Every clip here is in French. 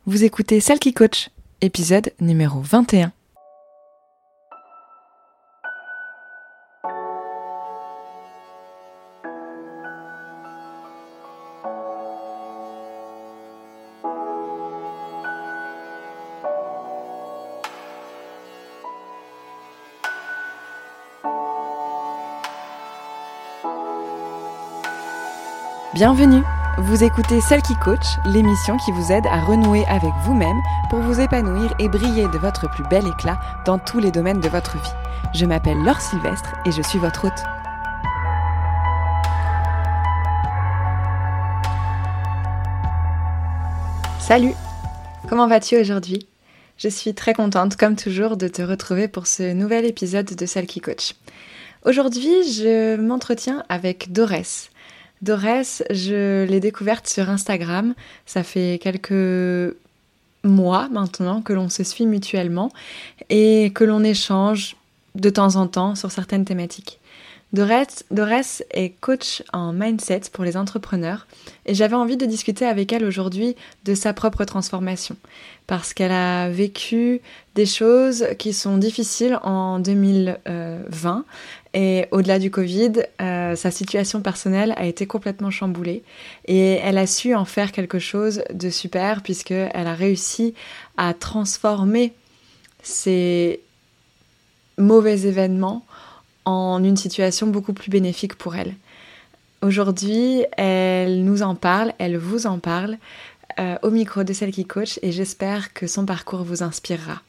Vous écoutez Celle qui coach, épisode numéro 21. Bienvenue! Vous écoutez Celle qui coach, l'émission qui vous aide à renouer avec vous-même pour vous épanouir et briller de votre plus bel éclat dans tous les domaines de votre vie. Je m'appelle Laure Sylvestre et je suis votre hôte. Salut! Comment vas-tu aujourd'hui? Je suis très contente, comme toujours, de te retrouver pour ce nouvel épisode de Celle qui coach. Aujourd'hui, je m'entretiens avec Dorès. Dorès, je l'ai découverte sur Instagram. Ça fait quelques mois maintenant que l'on se suit mutuellement et que l'on échange de temps en temps sur certaines thématiques. Dorès est coach en mindset pour les entrepreneurs et j'avais envie de discuter avec elle aujourd'hui de sa propre transformation parce qu'elle a vécu des choses qui sont difficiles en 2020 et au-delà du Covid, sa situation personnelle a été complètement chamboulée et elle a su en faire quelque chose de super puisqu'elle a réussi à transformer ces mauvais événements en une situation beaucoup plus bénéfique pour elle. Aujourd'hui, elle nous en parle, elle vous en parle au micro de Celle qui coach et j'espère que son parcours vous inspirera.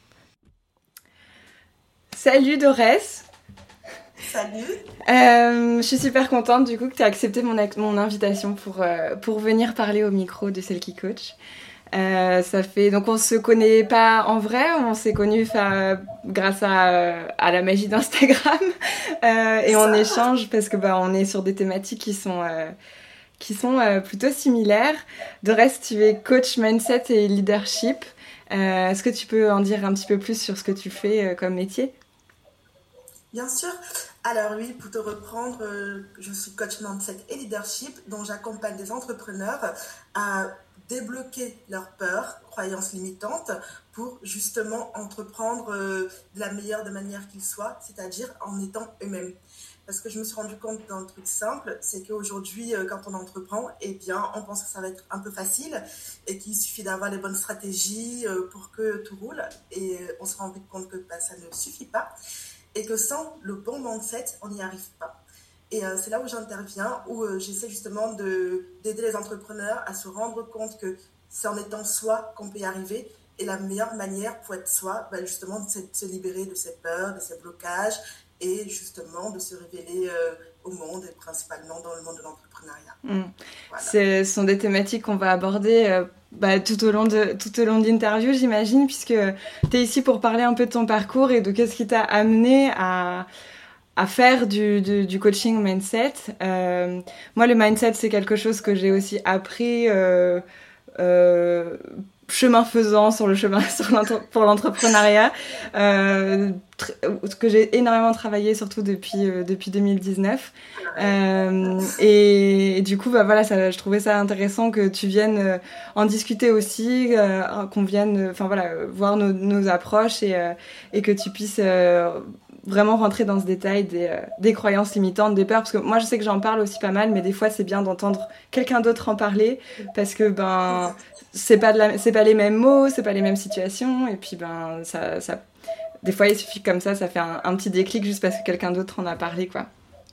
Salut Dorès! Salut! Je suis super contente du coup que tu aies accepté mon invitation pour venir parler au micro de Celle qui coach. Donc on se connaît pas en vrai, on s'est connus grâce à la magie d'Instagram et on échange parce que on est sur des thématiques qui sont plutôt similaires. De reste, tu es coach mindset et leadership. Est-ce que tu peux en dire un petit peu plus sur ce que tu fais comme métier? Bien sûr. Alors oui, pour te reprendre, je suis coach mindset et leadership, dont j'accompagne des entrepreneurs à débloquer leurs peurs, croyances limitantes, pour justement entreprendre de la meilleure des manières qu'ils soient, c'est-à-dire en étant eux-mêmes. Parce que je me suis rendu compte d'un truc simple, c'est qu'aujourd'hui, quand on entreprend, on pense que ça va être un peu facile et qu'il suffit d'avoir les bonnes stratégies pour que tout roule. Et on se rend vite compte que ça ne suffit pas et que sans le bon mindset, on n'y arrive pas. Et c'est là où j'interviens, où j'essaie justement d'aider les entrepreneurs à se rendre compte que c'est en étant soi qu'on peut y arriver. Et la meilleure manière pour être soi, justement, c'est de se libérer de ses peurs, de ses blocages et justement de se révéler au monde et principalement dans le monde de l'entrepreneuriat. Voilà. Ce sont des thématiques qu'on va aborder tout au long de l'interview, j'imagine, puisque tu es ici pour parler un peu de ton parcours et de qu'est-ce qui t'a amené à faire du coaching mindset. Moi, le mindset, c'est quelque chose que j'ai aussi appris chemin faisant sur le chemin pour l'entrepreneuriat, que j'ai énormément travaillé, surtout depuis 2019. Et du coup, je trouvais ça intéressant que tu viennes en discuter aussi, qu'on vienne voir nos approches et que tu puisses vraiment rentrer dans ce détail des croyances limitantes, des peurs, parce que moi je sais que j'en parle aussi pas mal, mais des fois c'est bien d'entendre quelqu'un d'autre en parler, parce que c'est pas les mêmes mots, c'est pas les mêmes situations, et puis ça des fois il suffit comme ça fait un petit déclic juste parce que quelqu'un d'autre en a parlé, quoi.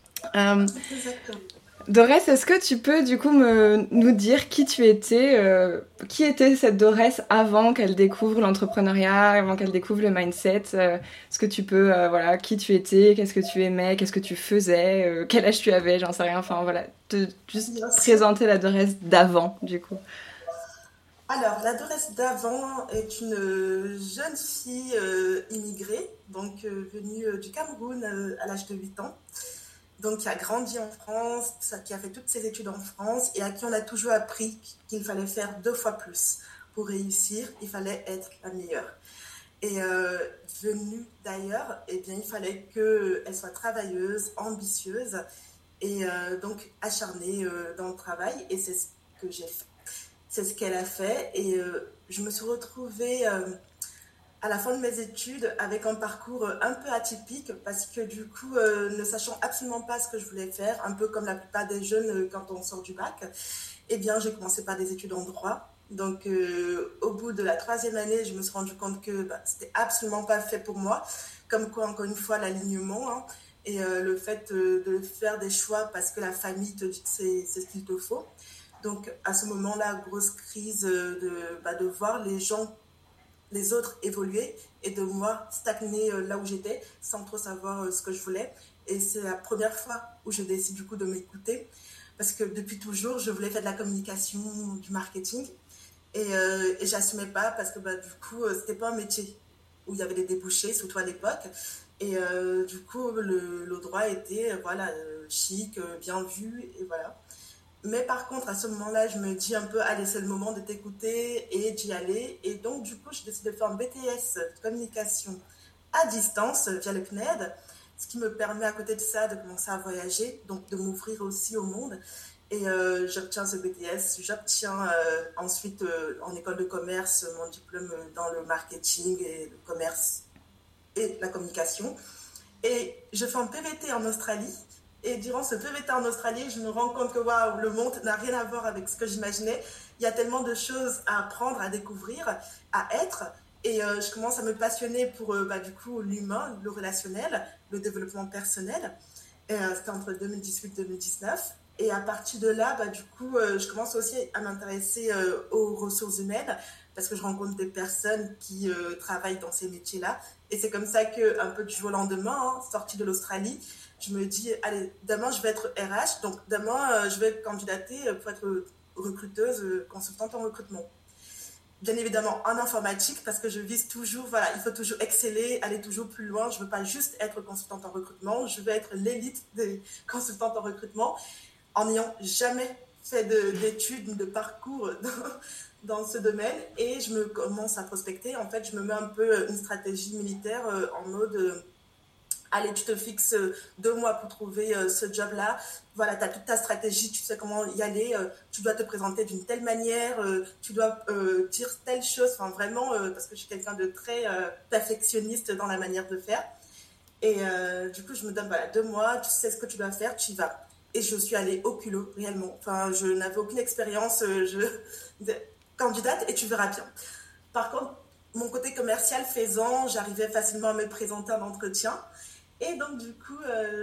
Dorès, est-ce que tu peux du coup nous dire qui tu étais, qui était cette Dorès avant qu'elle découvre l'entrepreneuriat, avant qu'elle découvre le mindset? Est-ce que tu peux, qui tu étais, qu'est-ce que tu aimais, qu'est-ce que tu faisais, quel âge tu avais, j'en sais rien, juste présenter la Dorès d'avant du coup. Alors, la Dorès d'avant est une jeune fille immigrée, donc venue du Cameroun à l'âge de 8 ans. Donc, qui a grandi en France, qui a fait toutes ses études en France et à qui on a toujours appris qu'il fallait faire 2 fois plus. Pour réussir, il fallait être la meilleure. Et venue d'ailleurs, il fallait qu'elle soit travailleuse, ambitieuse et donc acharnée dans le travail. Et c'est ce que j'ai fait. c'est ce qu'elle a fait. Et je me suis retrouvée à la fin de mes études avec un parcours un peu atypique parce que du coup, ne sachant absolument pas ce que je voulais faire, un peu comme la plupart des jeunes quand on sort du bac, eh bien, j'ai commencé par des études en droit. Donc, au bout de la troisième année, je me suis rendu compte que c'était absolument pas fait pour moi. Comme quoi, encore une fois, l'alignement, hein, et le fait de faire des choix parce que la famille te dit que c'est ce qu'il te faut. Donc, à ce moment-là, grosse crise de voir les autres évoluer et de moi stagner là où j'étais sans trop savoir ce que je voulais. Et c'est la première fois où je décide du coup de m'écouter parce que depuis toujours, je voulais faire de la communication, du marketing et j'assumais pas parce que du coup, c'était pas un métier où il y avait des débouchés, surtout à l'époque. Et du coup, le droit était voilà, chic, bien vu, et voilà. Mais par contre, à ce moment-là, je me dis un peu, allez, c'est le moment de t'écouter et d'y aller. Et donc, du coup, je décide de faire un BTS de communication à distance via le CNED, ce qui me permet à côté de ça de commencer à voyager, donc de m'ouvrir aussi au monde. Et j'obtiens ce BTS, j'obtiens ensuite en école de commerce mon diplôme dans le marketing et le commerce et la communication. Et je fais un PVT en Australie. Et durant ce PVT en Australie, je me rends compte que waouh, le monde n'a rien à voir avec ce que j'imaginais. Il y a tellement de choses à apprendre, à découvrir, à être. Et je commence à me passionner pour du coup l'humain, le relationnel, le développement personnel. Et c'était entre 2018 et 2019. Et à partir de là, du coup, je commence aussi à m'intéresser aux ressources humaines parce que je rencontre des personnes qui travaillent dans ces métiers-là. Et c'est comme ça que, un peu du jour au lendemain, hein, sortie de l'Australie, je me dis, allez, demain, je vais être RH. Donc, demain, je vais candidater pour être recruteuse, consultante en recrutement. Bien évidemment, en informatique, parce que je vise toujours, voilà, il faut toujours exceller, aller toujours plus loin. Je ne veux pas juste être consultante en recrutement, je veux être l'élite des consultantes en recrutement en n'ayant jamais fait d'études, de parcours dans ce domaine. Et je me commence à prospecter. En fait, je me mets un peu une stratégie militaire en mode allez, tu te fixes 2 mois pour trouver ce job-là. Voilà, tu as toute ta stratégie, tu sais comment y aller. Tu dois te présenter d'une telle manière, tu dois dire telle chose. Enfin, vraiment, parce que je suis quelqu'un de très perfectionniste dans la manière de faire. Et du coup, je me donne voilà, 2 mois, tu sais ce que tu dois faire, tu y vas. Et je suis allée au culot, réellement. Enfin, je n'avais aucune expérience candidate et tu verras bien. Par contre, mon côté commercial faisant, j'arrivais facilement à me présenter en entretien. Et donc, du coup,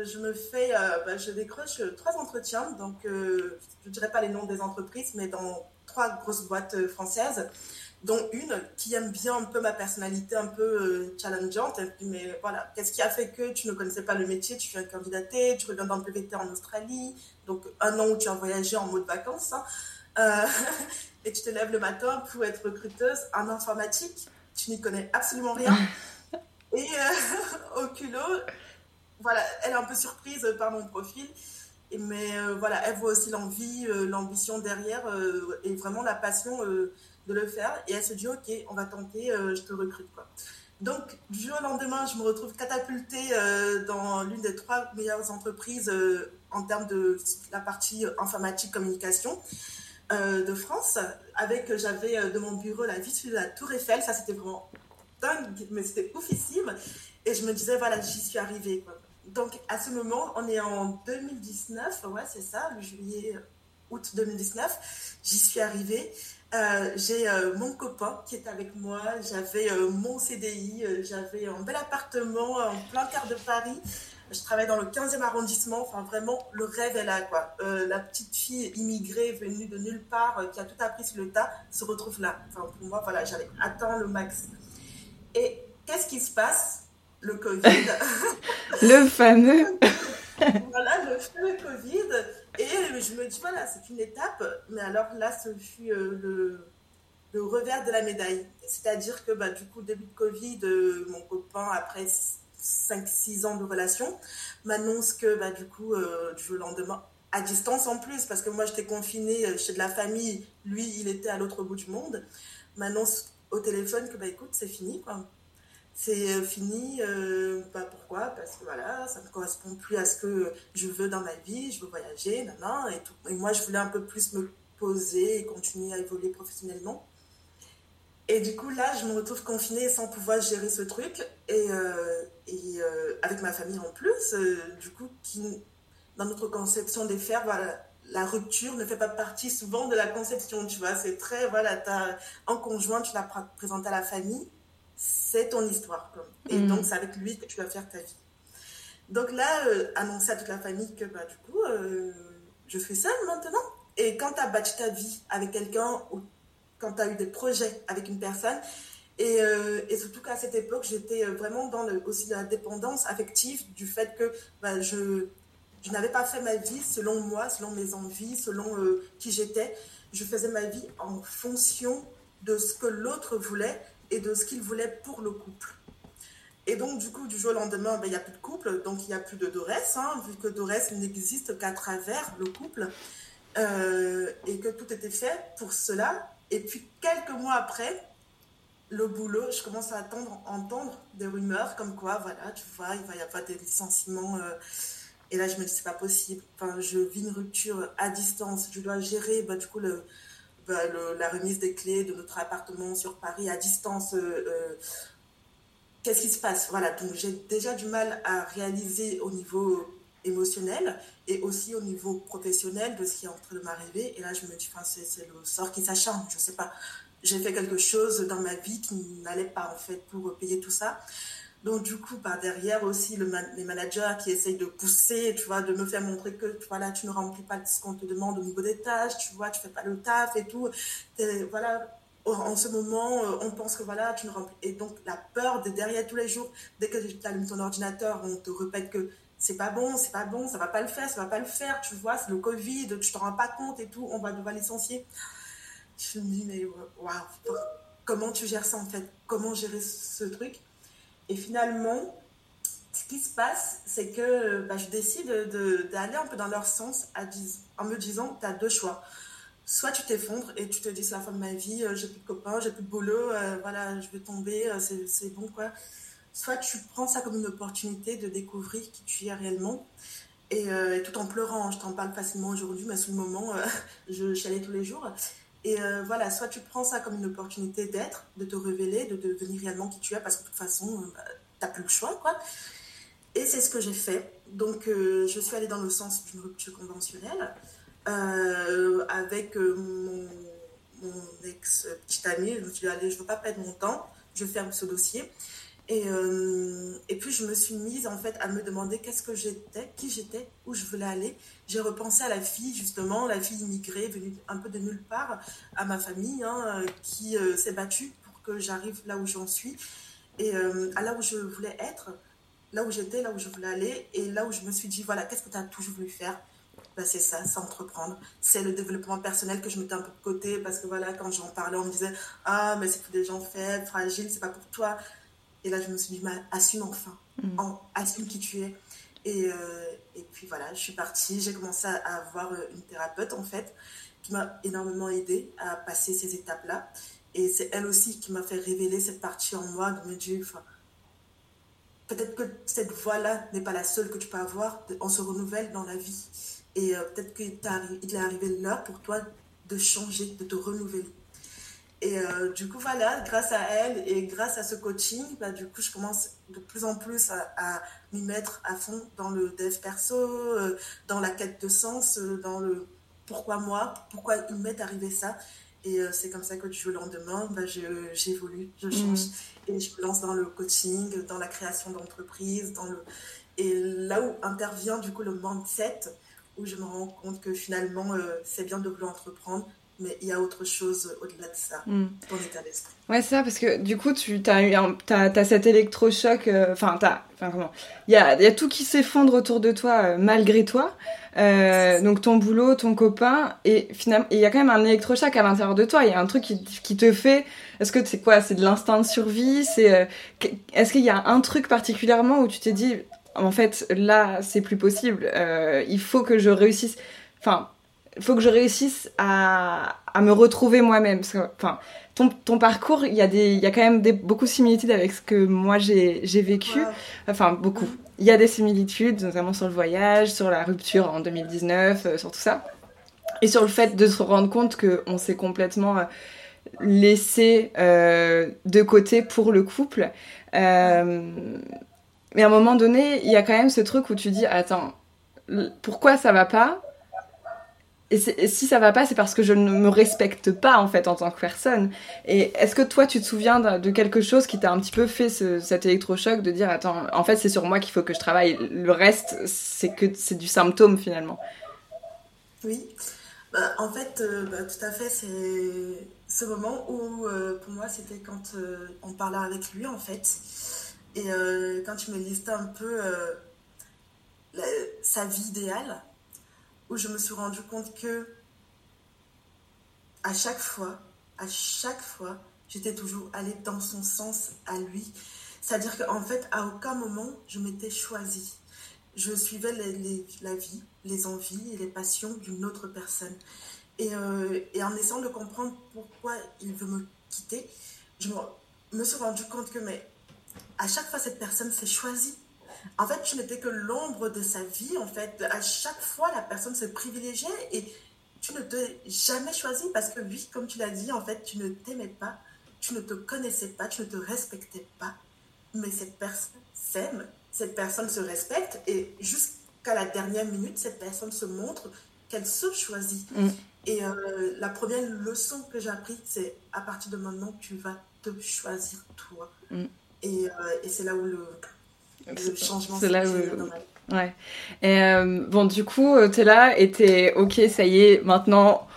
je décroche 3 entretiens. Donc, je ne dirais pas les noms des entreprises, mais dans 3 grosses boîtes françaises, dont une qui aime bien un peu ma personnalité un peu challengeante. Mais voilà, qu'est-ce qui a fait que tu ne connaissais pas le métier, tu viens de candidater, tu reviens dans le PVT en Australie, donc 1 an où tu as voyagé en mode vacances, hein, euh, et tu te lèves le matin pour être recruteuse en informatique, tu n'y connais absolument rien. Et au culot, voilà, elle est un peu surprise par mon profil, mais voilà, elle voit aussi l'envie, l'ambition derrière et vraiment la passion de le faire. Et elle se dit, ok, on va tenter, je te recrute, quoi. Donc, du jour au lendemain, je me retrouve catapultée dans l'une des 3 meilleures entreprises en termes de la partie informatique communication de France. J'avais de mon bureau la vue sur la Tour Eiffel. Ça, c'était vraiment dingue, mais c'était oufissime. Et je me disais, voilà, j'y suis arrivée, quoi. Donc, à ce moment, on est en 2019, ouais, c'est ça, le juillet, août 2019. J'y suis arrivée. J'ai mon copain qui est avec moi. J'avais mon CDI. J'avais un bel appartement en plein cœur de Paris. Je travaille dans le 15e arrondissement. Enfin, vraiment, le rêve est là, quoi. La petite fille immigrée venue de nulle part, qui a tout appris sur le tas, se retrouve là. Enfin, pour moi, voilà, j'avais atteint le max. Et qu'est-ce qui se passe? Le Covid. Le fameux. Voilà, le Covid. Et je me dis, voilà, c'est une étape. Mais alors là, ce fut le revers de la médaille. C'est-à-dire que du coup, début de Covid, mon copain, après 5-6 ans de relation, m'annonce que du coup, du jour au lendemain, à distance en plus, parce que moi, j'étais confinée chez de la famille, lui, il était à l'autre bout du monde, m'annonce au téléphone que écoute, c'est fini, quoi. C'est fini, pourquoi? Parce que voilà, ça ne correspond plus à ce que je veux dans ma vie, je veux voyager, et tout. Et moi, je voulais un peu plus me poser et continuer à évoluer professionnellement. Et du coup, là, je me retrouve confinée sans pouvoir gérer ce truc. Avec ma famille en plus, du coup, dans notre conception des fers, voilà, la rupture ne fait pas partie souvent de la conception, tu vois. C'est très, voilà, en conjoint, tu l'as présenté à la famille, c'est ton histoire. Quoi. Et donc, c'est avec lui que tu vas faire ta vie. Donc là, annoncer à toute la famille que, bah, du coup, je suis seule maintenant. Et quand tu as bâti ta vie avec quelqu'un ou quand tu as eu des projets avec une personne, et surtout qu'à cette époque, j'étais vraiment dans aussi la dépendance affective du fait que bah, je n'avais pas fait ma vie selon moi, selon mes envies, selon qui j'étais. Je faisais ma vie en fonction de ce que l'autre voulait et de ce qu'il voulait pour le couple. Et donc, du coup, du jour au lendemain, il n'y a plus de couple, donc il n'y a plus de Dorès, vu que Dorès n'existe qu'à travers le couple, et que tout était fait pour cela. Et puis, quelques mois après, le boulot, je commence à entendre des rumeurs comme quoi, voilà, tu vois, il va y avoir des licenciements. Et là, je me dis, c'est pas possible. Enfin, je vis une rupture à distance. Je dois gérer, du coup, la remise des clés de notre appartement sur Paris à distance. Qu'est-ce qui se passe? Voilà, donc j'ai déjà du mal à réaliser au niveau émotionnel et aussi au niveau professionnel de ce qui est en train de m'arriver. Et là, je me dis, c'est le sort qui s'acharne, je sais pas. J'ai fait quelque chose dans ma vie qui n'allait pas, en fait, pour payer tout ça. Donc, du coup, par derrière aussi, les managers qui essayent de pousser, tu vois, de me faire montrer que, voilà, tu ne remplis pas ce qu'on te demande au niveau des tâches, tu vois, tu fais pas le taf et tout. Voilà, en ce moment, on pense que, voilà, tu ne remplis... Et donc, la peur de derrière tous les jours, dès que tu allumes ton ordinateur, on te répète que c'est pas bon, ça va pas le faire, tu vois, c'est le Covid, tu t'en rends pas compte et tout, on va devoir licencier. Je me dis, mais waouh, comment tu gères ça en fait? Comment gérer ce truc? Et finalement, ce qui se passe, c'est que je décide d'aller un peu dans leur sens en me disant, tu as deux choix. Soit tu t'effondres et tu te dis, c'est la fin de ma vie, j'ai plus de copains, j'ai plus de boulot, voilà, je vais tomber, c'est bon quoi. Soit tu prends ça comme une opportunité de découvrir qui tu es réellement. Et tout en pleurant, je t'en parle facilement aujourd'hui, mais sur le moment, je chialais tous les jours. Et voilà, soit tu prends ça comme une opportunité d'être, de te révéler, de devenir réellement qui tu es, parce que de toute façon, t'as plus le choix, quoi. Et c'est ce que j'ai fait. Donc, je suis allée dans le sens d'une rupture conventionnelle avec mon ex-petite amie. Je me suis dit, allez, je ne veux pas perdre mon temps, je ferme ce dossier. Et puis je me suis mise en fait à me demander qu'est-ce que j'étais, qui j'étais, où je voulais aller. J'ai repensé à la fille justement, la fille immigrée venue un peu de nulle part, à ma famille qui s'est battue pour que j'arrive là où j'en suis et à là où je voulais être, là où j'étais, là où je voulais aller et là où je me suis dit voilà, qu'est-ce que tu as toujours voulu faire? C'est ça, c'est entreprendre. C'est le développement personnel que je mettais un peu de côté parce que voilà, quand j'en parlais, on me disait ah mais c'est pour des gens faibles, fragiles, c'est pas pour toi. Et là, je me suis dit, assume enfin, assume qui tu es. Et puis voilà, je suis partie, j'ai commencé à avoir une thérapeute en fait, qui m'a énormément aidée à passer ces étapes-là. Et c'est elle aussi qui m'a fait révéler cette partie en moi, de me dire, peut-être que cette voie-là n'est pas la seule que tu peux avoir, on se renouvelle dans la vie. Et peut-être qu'il est arrivé l'heure pour toi de changer, de te renouveler. Et du coup, voilà, grâce à elle et grâce à ce coaching, du coup, je commence de plus en plus à m'y mettre à fond dans le dev perso, dans la quête de sens, dans le pourquoi moi, pourquoi il m'est arrivé ça. Et c'est comme ça que du jour au lendemain, j'évolue, je change. Et je me lance dans le coaching, dans la création d'entreprises, et là où intervient du coup le mindset, où je me rends compte que finalement, c'est bien de vouloir entreprendre, mais il y a autre chose au-delà de ça, ton état d'esprit. Ouais, c'est ça, parce que du coup, t'as cet électrochoc, comment il y a tout qui s'effondre autour de toi, malgré toi, donc ton boulot, ton copain, et finalement, il y a quand même un électrochoc à l'intérieur de toi, il y a un truc qui te fait, est-ce que c'est quoi, c'est de l'instinct de survie, est-ce qu'il y a un truc particulièrement où tu t'es dit, en fait, là, c'est plus possible, il faut que je réussisse, il faut que je réussisse à me retrouver moi-même. Ton parcours, il y a quand même beaucoup de similitudes avec ce que moi j'ai vécu. Wow. Enfin, beaucoup. Il y a des similitudes, notamment sur le voyage, sur la rupture en 2019, sur tout ça. Et sur le fait de se rendre compte qu'on s'est complètement laissé de côté pour le couple. Mais à un moment donné, il y a quand même ce truc où tu dis, attends, pourquoi ça va pas ? Et si ça va pas, c'est parce que je ne me respecte pas en fait en tant que personne. Et est-ce que toi, tu te souviens de quelque chose qui t'a un petit peu fait cet électrochoc de dire, attends, en fait, c'est sur moi qu'il faut que je travaille. Le reste, c'est du symptôme finalement. Oui, en fait, tout à fait, c'est ce moment où pour moi c'était quand on parlait avec lui en fait, et quand il me listait un peu la- sa vie idéale, où je me suis rendu compte que à chaque fois, à chaque fois, j'étais toujours allée dans son sens à lui. C'est-à-dire qu'en fait, à aucun moment, je m'étais choisie. Je suivais la vie, les envies et les passions d'une autre personne. Et en essayant de comprendre pourquoi il veut me quitter, me suis rendu compte que mais, à chaque fois, cette personne s'est choisie. En fait, tu n'étais que l'ombre de sa vie. En fait, à chaque fois, la personne se privilégiait et tu ne t'es jamais choisi parce que oui, comme tu l'as dit, en fait, tu ne t'aimais pas, tu ne te connaissais pas, tu ne te respectais pas. Mais cette personne s'aime, cette personne se respecte et jusqu'à la dernière minute, cette personne se montre qu'elle se choisit. Mm. Et la première leçon que j'ai apprise, c'est à partir de maintenant, tu vas te choisir toi. Mm. Et c'est là où le changement c'est s'est là créé dans où... ma vie. Ouais. Et bon, du coup, t'es là et t'es ok, ça y est, maintenant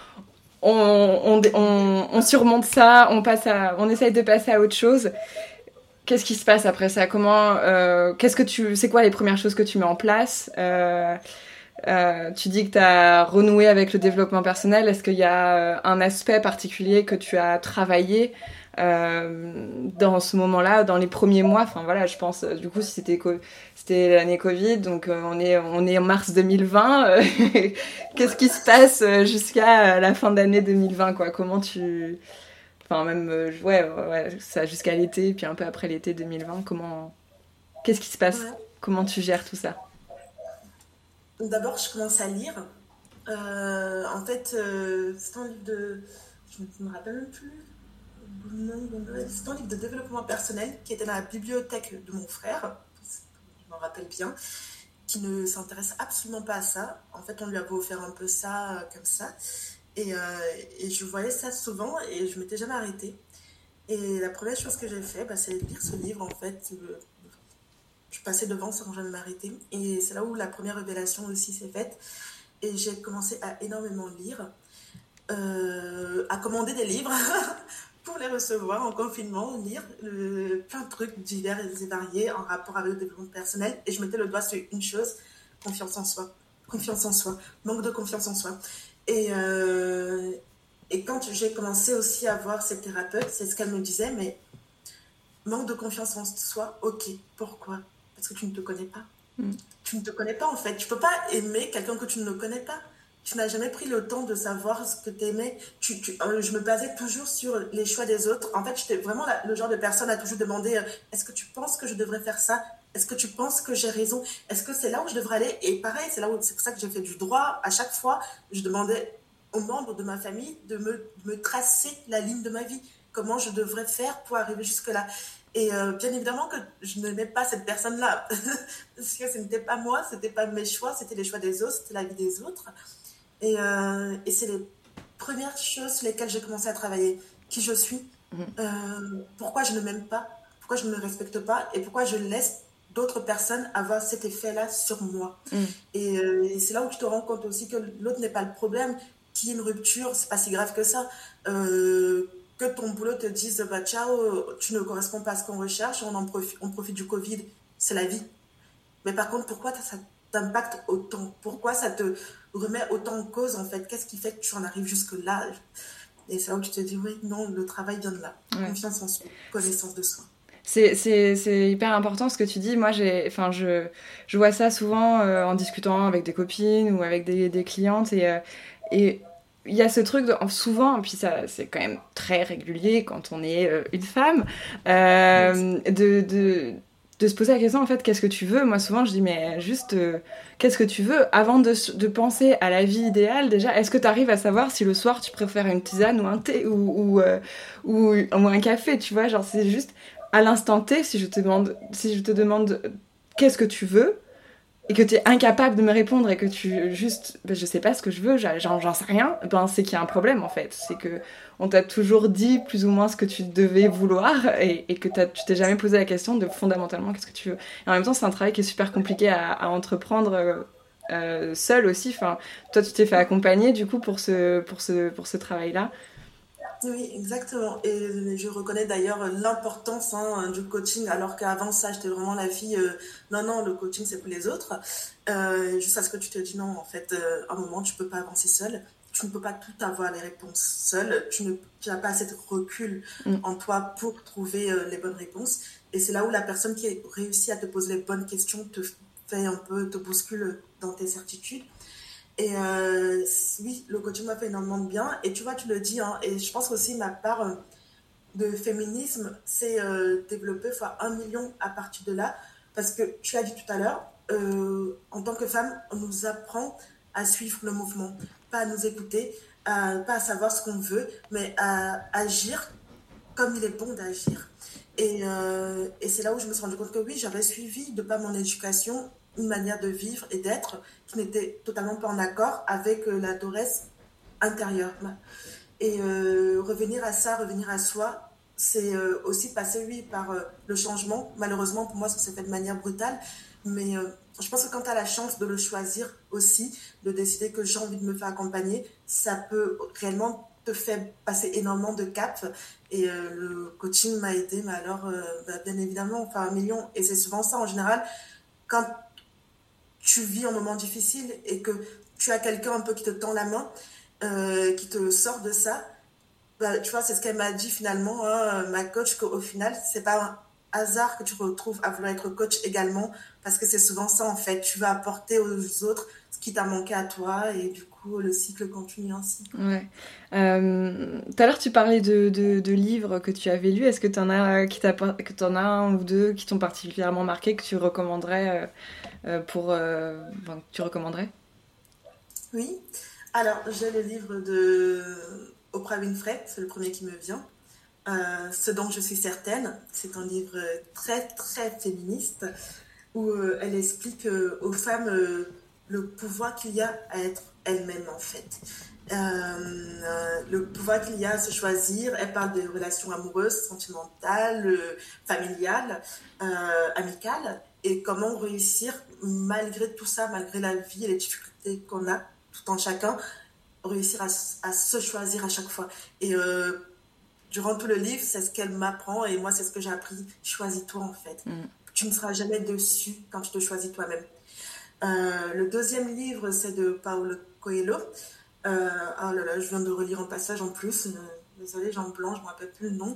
on surmonte ça, on essaye de passer à autre chose. Qu'est-ce qui se passe après ça ? C'est quoi les premières choses que tu mets en place ? Tu dis que tu as renoué avec le développement personnel. Est-ce qu'il y a un aspect particulier que tu as travaillé dans ce moment-là, dans les premiers mois ? Enfin voilà, je pense, du coup, si c'était l'année Covid, donc on est en mars 2020. Qu'est-ce qui se passe jusqu'à la fin d'année 2020 quoi ? Comment tu... Enfin, même, ouais, ça jusqu'à l'été, puis un peu après l'été 2020, qu'est-ce qui se passe ? Ouais. Comment tu gères tout ça ? D'abord, je commence à lire. En fait, c'est un livre de... Je ne me rappelle même plus. C'est un livre de développement personnel qui était dans la bibliothèque de mon frère, je m'en rappelle bien, qui ne s'intéresse absolument pas à ça. En fait, on lui avait offert un peu ça, comme ça. Et, euh, et je voyais ça souvent et je m'étais jamais arrêtée. Et la première chose que j'ai fait, c'est lire ce livre, en fait. Je passais devant sans jamais m'arrêter. Et c'est là où la première révélation aussi s'est faite. Et j'ai commencé à énormément lire, à commander des livres pour les recevoir en confinement, lire plein de trucs divers et variés en rapport avec le développement personnel. Et je mettais le doigt sur une chose, confiance en soi. Confiance en soi, manque de confiance en soi. Et, euh, et quand j'ai commencé aussi à voir cette thérapeute, c'est ce qu'elle me disait, mais manque de confiance en soi, ok, pourquoi ? Parce que tu ne te connais pas. Mm. Tu ne te connais pas en fait. Tu ne peux pas aimer quelqu'un que tu ne connais pas. Tu n'as jamais pris le temps de savoir ce que tu aimais. Je me basais toujours sur les choix des autres. En fait, j'étais vraiment le genre de personne à toujours demander est-ce que tu penses que je devrais faire ça ? Est-ce que tu penses que j'ai raison ? Est-ce que c'est là où je devrais aller ? Et pareil, c'est pour ça que j'ai fait du droit. À chaque fois, je demandais aux membres de ma famille de me tracer la ligne de ma vie. Comment je devrais faire pour arriver jusque-là ? Et bien évidemment que je n'aimais pas cette personne-là. Parce que ce n'était pas moi, ce n'était pas mes choix, c'était les choix des autres, c'était la vie des autres. Et c'est les premières choses sur lesquelles j'ai commencé à travailler. Qui je suis, pourquoi je ne m'aime pas, pourquoi je ne me respecte pas et pourquoi je laisse d'autres personnes avoir cet effet-là sur moi. Mm. Et c'est là où tu te rends compte aussi que l'autre n'est pas le problème, qu'il y ait une rupture, c'est pas si grave que ça. Que ton boulot te dise ciao, tu ne corresponds pas à ce qu'on recherche, on profite du Covid, c'est la vie. Mais par contre, pourquoi ça t'impacte autant ? Pourquoi ça te remet autant en cause en fait ? Qu'est-ce qui fait que tu en arrives jusque-là ? Et c'est là où tu te dis oui, non, le travail vient de là. Ouais. Confiance en soi, connaissance de soi. C'est hyper important ce que tu dis. Moi, je vois ça souvent en discutant avec des copines ou avec des clientes et il y a ce truc souvent, puis ça c'est quand même très régulier quand on est une femme, de de se poser la question, en fait, qu'est-ce que tu veux ? Moi, souvent, je dis, mais juste, qu'est-ce que tu veux ? Avant de penser à la vie idéale, déjà, est-ce que tu arrives à savoir si le soir, tu préfères une tisane ou un thé ou un café, tu vois ? Genre, c'est juste, à l'instant T, si je te demande qu'est-ce que tu veux ? Et que tu es incapable de me répondre et que tu juste je sais pas ce que je veux, j'en sais rien, ben c'est qu'il y a un problème en fait. C'est que on t'a toujours dit plus ou moins ce que tu devais vouloir et que tu t'es jamais posé la question de fondamentalement qu'est-ce que tu veux. Et en même temps, c'est un travail qui est super compliqué à entreprendre seul aussi. Enfin, toi, tu t'es fait accompagner du coup pour ce travail-là. Oui, exactement. Et je reconnais d'ailleurs l'importance du coaching, alors qu'avant ça, j'étais vraiment la fille, non, non, le coaching, c'est pour les autres. Jusqu'à ce que tu te dis, non, en fait, à un moment, tu peux pas avancer seul. Tu ne peux pas tout avoir les réponses seul. Tu n'as pas assez de recul en toi pour trouver les bonnes réponses. Et c'est là où la personne qui a réussi à te poser les bonnes questions te fait un peu, te bouscule dans tes certitudes. Et oui, le coaching m'a fait énormément de bien. Et tu vois, tu le dis, hein, et je pense aussi ma part de féminisme s'est développée fois 1 million à partir de là. Parce que tu l'as dit tout à l'heure, en tant que femme, on nous apprend à suivre le mouvement, pas à nous écouter, pas à savoir ce qu'on veut, mais à agir comme il est bon d'agir. Et c'est là où je me suis rendu compte que oui, j'avais suivi, de par mon éducation, une manière de vivre et d'être qui n'était totalement pas en accord avec la Dorès intérieure. Et revenir à ça, revenir à soi, c'est aussi passer, oui, par le changement. Malheureusement, pour moi, ça s'est fait de manière brutale. Mais je pense que quand tu as la chance de le choisir aussi, de décider que j'ai envie de me faire accompagner, ça peut réellement te faire passer énormément de caps. Et le coaching m'a aidé, mais alors, bien évidemment, enfin 1 million. Et c'est souvent ça, en général, quand tu vis un moment difficile et que tu as quelqu'un un peu qui te tend la main, qui te sort de ça, bah, tu vois, c'est ce qu'elle m'a dit finalement, hein, ma coach, qu'au final, c'est pas un hasard que tu retrouves à vouloir être coach également, parce que c'est souvent ça en fait, tu vas apporter aux autres ce qui t'a manqué à toi, et du coup, le cycle continue ainsi. Ouais. Tout à l'heure, tu parlais de livres que tu avais lus. Est-ce que tu en as, que t'en as un ou deux qui t'ont particulièrement marqué, que tu recommanderais que tu recommanderais ? Oui, alors j'ai le livre de Oprah Winfrey, c'est le premier qui me vient. Ce dont je suis certaine, c'est un livre très très féministe où elle explique aux femmes le pouvoir qu'il y a à être elle-même en fait. Le pouvoir qu'il y a à se choisir. Elle parle des relations amoureuses, sentimentales, familiales, amicales, et comment réussir malgré tout ça, malgré la vie et les difficultés qu'on a tout en chacun, réussir à se choisir à chaque fois. Et durant tout le livre, c'est ce qu'elle m'apprend, et moi c'est ce que j'ai appris. Choisis-toi en fait. Tu ne seras jamais déçu quand tu te choisis toi-même. Le deuxième livre, c'est de Paulo Coelho. Oh là là, je viens de relire un passage en plus. Désolée, j'en blanc, je ne me rappelle plus le nom.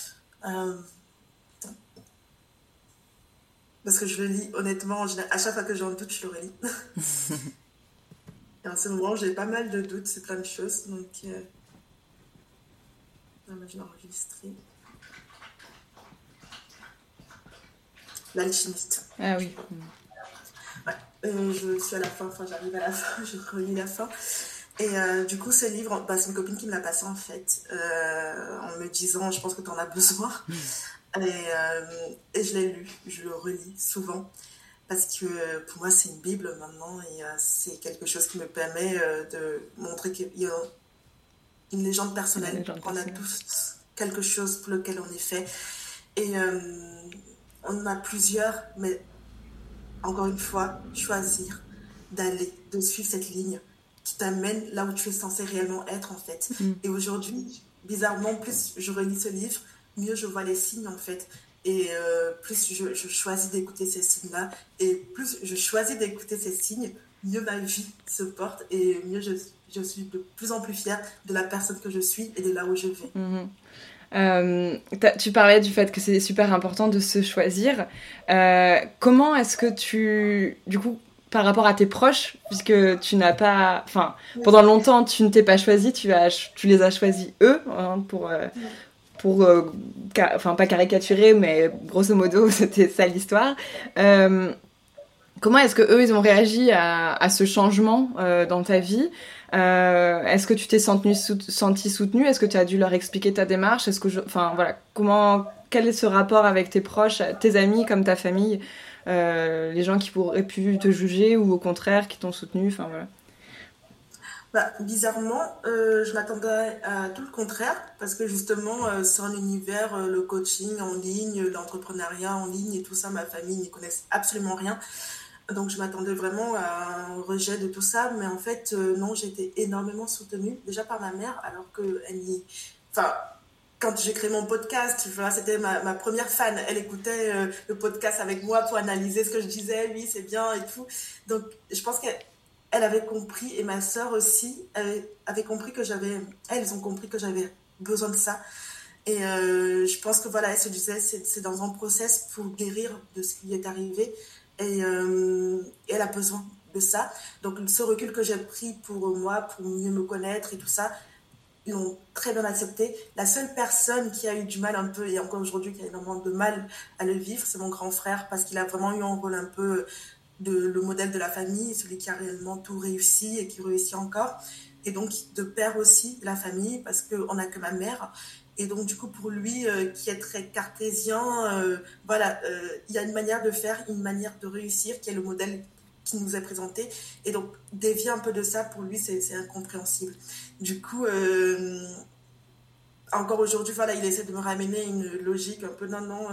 Parce que je le lis honnêtement, à chaque fois que j'ai un doute, je le relis. Et en ce moment, j'ai pas mal de doutes, c'est plein de choses. Donc, je vais enregistrer. L'alchimiste. Ah oui. Ouais. Je suis à la fin, enfin j'arrive à la fin, je relis la fin. Et du coup, ce livre, bah, c'est une copine qui me l'a passé en fait, en me disant, je pense que tu en as besoin. Et je l'ai lu, je le relis souvent, parce que pour moi, c'est une Bible maintenant, et c'est quelque chose qui me permet de montrer qu'il y a une légende personnelle, qu'on a tous quelque chose pour lequel on est fait. Et on en a plusieurs, mais encore une fois, choisir de suivre cette ligne qui t'amène là où tu es censé réellement être en fait. Et aujourd'hui, bizarrement, plus je relis ce livre, mieux je vois les signes en fait. Et plus je choisis d'écouter ces signes-là, et plus je choisis d'écouter ces signes, mieux ma vie se porte, et mieux je suis de plus en plus fière de la personne que je suis et de là où je vais. Tu parlais du fait que c'est super important de se choisir. Comment est-ce que du coup, par rapport à tes proches, puisque tu n'as pas... Enfin, pendant longtemps, tu ne t'es pas choisi, tu les as choisis eux, hein, pour enfin pas caricaturer, mais grosso modo, c'était ça l'histoire. Comment est-ce que eux ils ont réagi à ce changement dans ta vie? Est-ce que tu t'es senti soutenue? Est-ce que tu as dû leur expliquer ta démarche? Enfin voilà, quel est ce rapport avec tes proches, tes amis comme ta famille, les gens qui pourraient pu te juger ou au contraire qui t'ont soutenu? Enfin voilà. Bah, bizarrement, je m'attendais à tout le contraire parce que justement, c'est un univers, le coaching en ligne, l'entrepreneuriat en ligne et tout ça, ma famille n'y connaissent absolument rien. Donc je m'attendais vraiment à un rejet de tout ça, mais en fait, non, j'ai été énormément soutenue, déjà par ma mère, alors que elle y... Enfin, quand j'ai créé mon podcast, voilà, c'était ma première fan. Elle écoutait le podcast avec moi pour analyser ce que je disais, oui, c'est bien et tout. Donc je pense qu'elle avait compris, et ma sœur aussi avait compris que j'avais... Elles ont compris que j'avais besoin de ça. Et je pense que voilà, elle se disait, c'est dans un process pour guérir de ce qui lui est arrivé. Et elle a besoin de ça. Donc ce recul que j'ai pris pour moi, pour mieux me connaître et tout ça, ils l'ont très bien accepté. La seule personne qui a eu du mal un peu, et encore aujourd'hui qui a énormément de mal à le vivre, c'est mon grand frère, parce qu'il a vraiment eu un rôle un peu de le modèle de la famille, celui qui a réellement tout réussi et qui réussit encore. Et donc de père aussi de la famille, parce qu'on n'a que ma mère. Et donc du coup pour lui, qui est très cartésien, voilà, il y a une manière de faire, une manière de réussir, qui est le modèle qui nous est présenté. Et donc dévier un peu de ça, pour lui, c'est incompréhensible. Du coup, encore aujourd'hui, voilà, il essaie de me ramener une logique un peu non,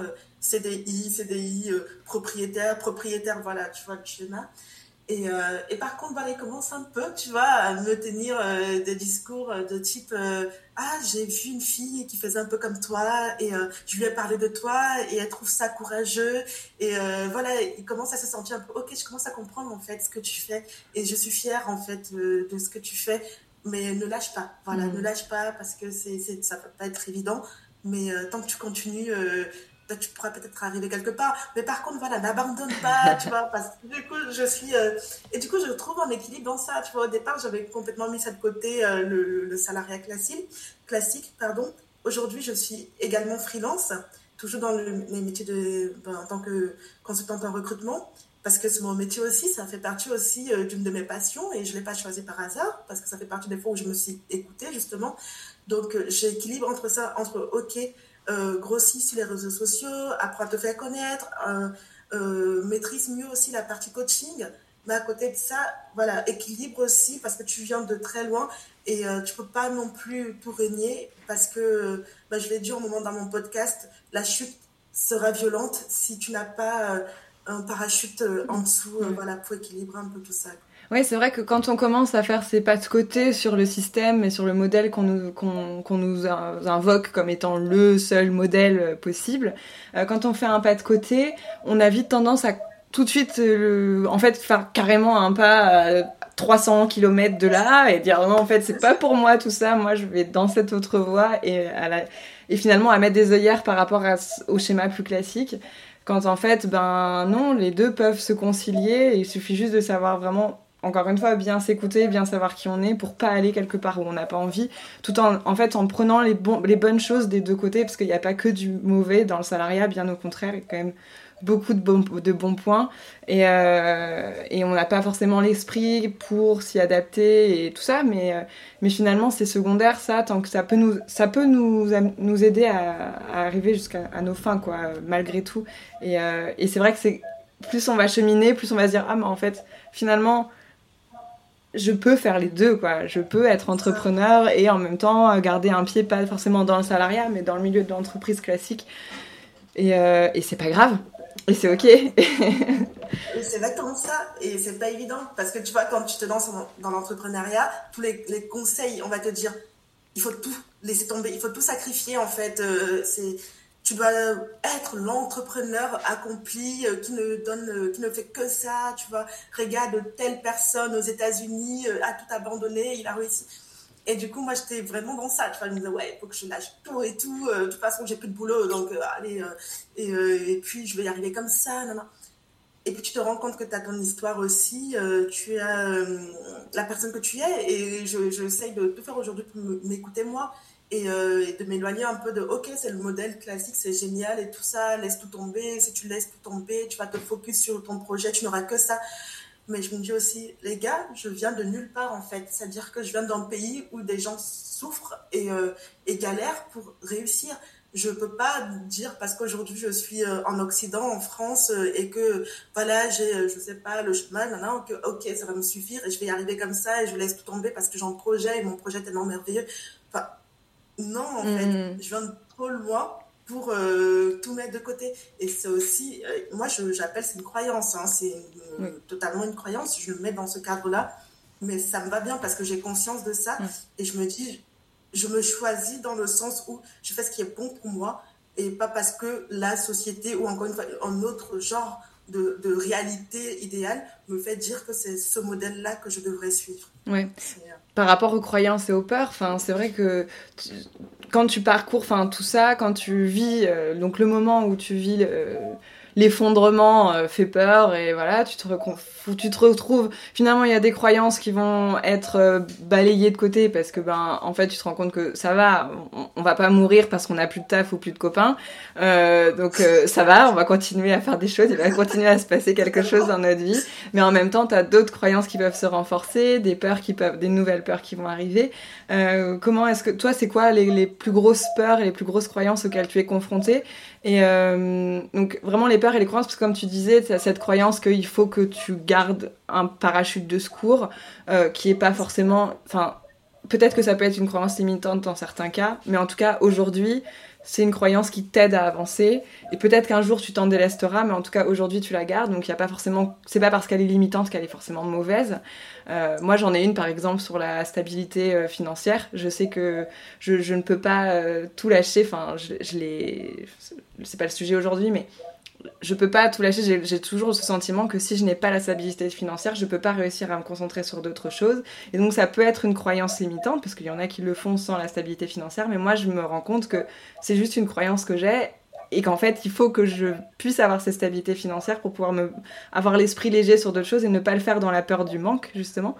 CDI, propriétaire, voilà, tu vois le schéma. Et par contre, voilà, il commence un peu, tu vois, à me tenir des discours de type ah, j'ai vu une fille qui faisait un peu comme toi, et je lui ai parlé de toi, et elle trouve ça courageux. Et voilà, il commence à se sentir un peu, ok, je commence à comprendre en fait ce que tu fais, et je suis fière en fait de ce que tu fais. Mais ne lâche pas, voilà, ne lâche pas, parce que ça peut pas être évident. Mais tant que tu continues, tu pourras peut-être arriver quelque part. Mais par contre, voilà, n'abandonne pas, tu vois, parce que du coup, je suis... et du coup, je trouve un équilibre dans ça, tu vois. Au départ, j'avais complètement mis ça de côté, le salariat classique, pardon. Aujourd'hui, je suis également freelance, toujours dans les métiers en tant que consultante en recrutement, parce que c'est mon métier aussi, ça fait partie aussi d'une de mes passions, et je ne l'ai pas choisi par hasard, parce que ça fait partie des fois où je me suis écoutée, justement. Donc, j'équilibre entre ça, entre, ok, grossis sur les réseaux sociaux, apprends à te faire connaître, maîtrise mieux aussi la partie coaching. Mais à côté de ça, voilà, équilibre aussi, parce que tu viens de très loin, et tu peux pas non plus tout régner, parce que, je l'ai dit au moment dans mon podcast, la chute sera violente si tu n'as pas un parachute en dessous, voilà, pour équilibrer un peu tout ça. Oui, c'est vrai que quand on commence à faire ses pas de côté sur le système et sur le modèle qu'on nous invoque comme étant le seul modèle possible, quand on fait un pas de côté, on a vite tendance à tout de suite, en fait, faire carrément un pas à 300 km de là et dire non, en fait, c'est pas pour moi tout ça, moi je vais dans cette autre voie et finalement à mettre des œillères par rapport au schéma plus classique. Quand en fait, ben non, les deux peuvent se concilier et il suffit juste de savoir vraiment, encore une fois, bien s'écouter, bien savoir qui on est pour pas aller quelque part où on n'a pas envie, tout en fait, en prenant les bonnes choses des deux côtés, parce qu'il n'y a pas que du mauvais dans le salariat, bien au contraire, il y a quand même beaucoup de bons points et on n'a pas forcément l'esprit pour s'y adapter et tout ça, mais finalement c'est secondaire ça, tant que ça peut nous aider à arriver jusqu'à nos fins, quoi, malgré tout. Et c'est vrai que plus on va cheminer, plus on va se dire ah mais en fait finalement je peux faire les deux, quoi. Je peux être entrepreneur et en même temps garder un pied pas forcément dans le salariat mais dans le milieu de l'entreprise classique et c'est pas grave. Et c'est ok. C'est exactement ça, et c'est pas évident, parce que tu vois, quand tu te lances dans l'entrepreneuriat, tous les conseils, on va te dire, il faut tout laisser tomber, il faut tout sacrifier, en fait. Tu dois être l'entrepreneur accompli qui ne fait que ça, tu vois. Regarde telle personne aux États-Unis a tout abandonné, il a réussi. Et du coup, moi, j'étais vraiment dans ça. Tu vois, je me disais, ouais, il faut que je lâche tout et tout. De toute façon, j'ai plus de boulot, donc allez. Et puis, je vais y arriver comme ça. Non, non. Et puis tu te rends compte que tu as ton histoire aussi, tu as la personne que tu es, et j'essaye de tout faire aujourd'hui pour m'écouter moi. et de m'éloigner un peu de ok, c'est le modèle classique, c'est génial et tout ça, laisse tout tomber. Si tu laisses tout tomber, tu vas te focus sur ton projet, tu n'auras que ça. Mais je me dis aussi, les gars, je viens de nulle part en fait. C'est-à-dire que je viens d'un pays où des gens souffrent et galèrent pour réussir. Je ne peux pas dire parce qu'aujourd'hui je suis en Occident, en France, et que voilà, j'ai, je sais pas, le chemin, que ok, ça va me suffire et je vais y arriver comme ça et je laisse tout tomber parce que j'ai un projet et mon projet est tellement merveilleux. Enfin, non, en fait, je viens de trop loin pour tout mettre de côté. Et c'est aussi, moi, j'appelle c'est une croyance, hein, totalement une croyance, je le mets dans ce cadre-là, mais ça me va bien parce que j'ai conscience de ça et je me dis, je me choisis dans le sens où je fais ce qui est bon pour moi et pas parce que la société ou encore une fois, un autre genre de réalité idéale me fait dire que c'est ce modèle-là que je devrais suivre. Ouais. Par rapport aux croyances et aux peurs, enfin, c'est vrai que quand tu parcours, enfin, tout ça, quand tu vis, donc le moment où tu vis l'effondrement fait peur et voilà, tu te retrouves. Finalement, il y a des croyances qui vont être balayées de côté parce que en fait, tu te rends compte que ça va, on va pas mourir parce qu'on a plus de taf ou plus de copains, donc ça va, on va continuer à faire des choses, il va continuer à se passer quelque chose dans notre vie, mais en même temps, t'as d'autres croyances qui peuvent se renforcer, des nouvelles peurs qui vont arriver. Comment est-ce que toi, c'est quoi les plus grosses peurs et les plus grosses croyances auxquelles tu es confrontée? Et donc vraiment les peurs et les croyances, parce que comme tu disais, tu as cette croyance qu'il faut que tu gardes un parachute de secours qui est pas forcément... Enfin, peut-être que ça peut être une croyance limitante dans certains cas, mais en tout cas, aujourd'hui, c'est une croyance qui t'aide à avancer. Et peut-être qu'un jour, tu t'en délesteras, mais en tout cas, aujourd'hui, tu la gardes. Donc, il y a pas forcément... C'est pas parce qu'elle est limitante qu'elle est forcément mauvaise. Moi, j'en ai une, par exemple, sur la stabilité financière. Je sais que je ne peux pas tout lâcher. Enfin, je l'ai... C'est pas le sujet aujourd'hui, mais je peux pas tout lâcher. J'ai toujours ce sentiment que si je n'ai pas la stabilité financière, je peux pas réussir à me concentrer sur d'autres choses. Et donc ça peut être une croyance limitante, parce qu'il y en a qui le font sans la stabilité financière, mais moi je me rends compte que c'est juste une croyance que j'ai, et qu'en fait il faut que je puisse avoir cette stabilité financière pour pouvoir avoir l'esprit léger sur d'autres choses et ne pas le faire dans la peur du manque, justement.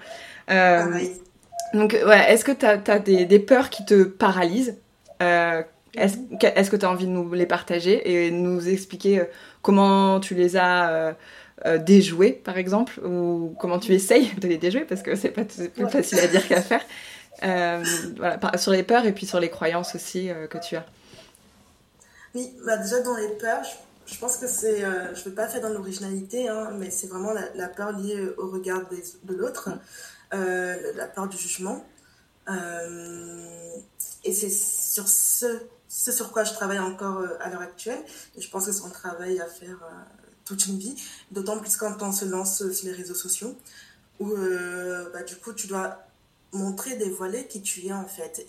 Donc ouais, est-ce que t'as des peurs qui te paralysent est-ce que tu as envie de nous les partager et nous expliquer comment tu les as déjoués, par exemple, ou comment tu essayes de les déjouer, parce que c'est plus facile à dire qu'à faire. Voilà, sur les peurs et puis sur les croyances aussi que tu as. Oui, déjà dans les peurs, je pense que c'est, je ne veux pas faire dans l'originalité, hein, mais c'est vraiment la peur liée au regard de l'autre, la peur du jugement. Et c'est sur ce sur quoi je travaille encore à l'heure actuelle. Et je pense que c'est un travail à faire toute une vie, d'autant plus quand on se lance sur les réseaux sociaux, où du coup tu dois montrer, dévoiler qui tu es en fait.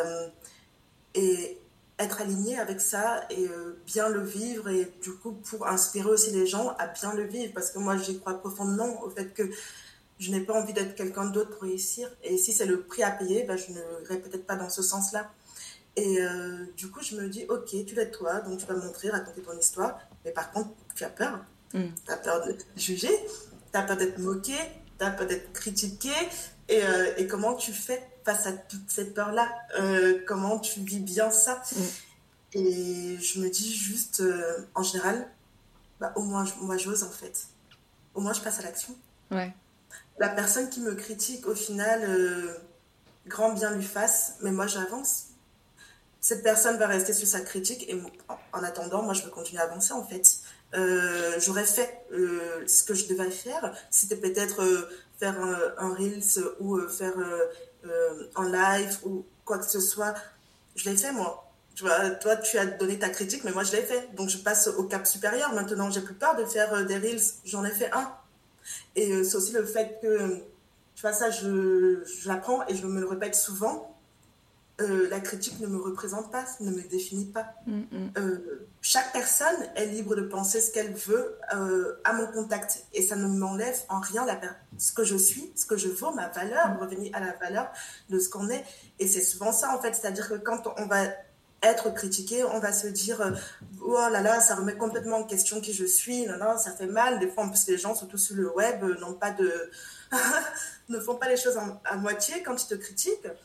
Et être aligné avec ça et bien le vivre et du coup pour inspirer aussi les gens à bien le vivre, parce que moi j'y crois profondément au fait que je n'ai pas envie d'être quelqu'un d'autre pour réussir, et si c'est le prix à payer, je n'irai peut-être pas dans ce sens-là. Et du coup je me dis ok, tu l'es toi, donc tu vas montrer, raconter ton histoire, mais par contre tu as peur. Tu as peur d'être jugé, tu as peur d'être moqué, tu as peur d'être critiqué, et comment tu fais face à toutes ces peurs-là, comment tu vis bien ça. Et je me dis juste, en général, au moins moi j'ose en fait, au moins je passe à l'action. Ouais. La personne qui me critique, au final, grand bien lui fasse, mais moi j'avance. Cette personne va rester sur sa critique, et en attendant, moi je veux continuer à avancer en fait. J'aurais fait ce que je devais faire. C'était peut-être faire un Reels ou faire un live ou quoi que ce soit. Je l'ai fait moi. Tu vois, toi tu as donné ta critique, mais moi je l'ai fait. Donc je passe au cap supérieur maintenant. J'ai plus peur de faire des Reels. J'en ai fait un. Et c'est aussi le fait que, tu vois, ça je l'apprends et je me le répète souvent. La critique ne me représente pas, ne me définit pas. Chaque personne est libre de penser ce qu'elle veut à mon contact, et ça ne m'enlève en rien ce que je suis, ce que je vaux, ma valeur, revenir à la valeur de ce qu'on est. Et c'est souvent ça en fait, c'est-à-dire que quand on va être critiqué, on va se dire oh là là, ça remet complètement en question qui je suis, non, non, ça fait mal. Des fois en plus les gens, surtout sur le web, n'ont pas de ne font pas les choses à moitié quand ils te critiquent.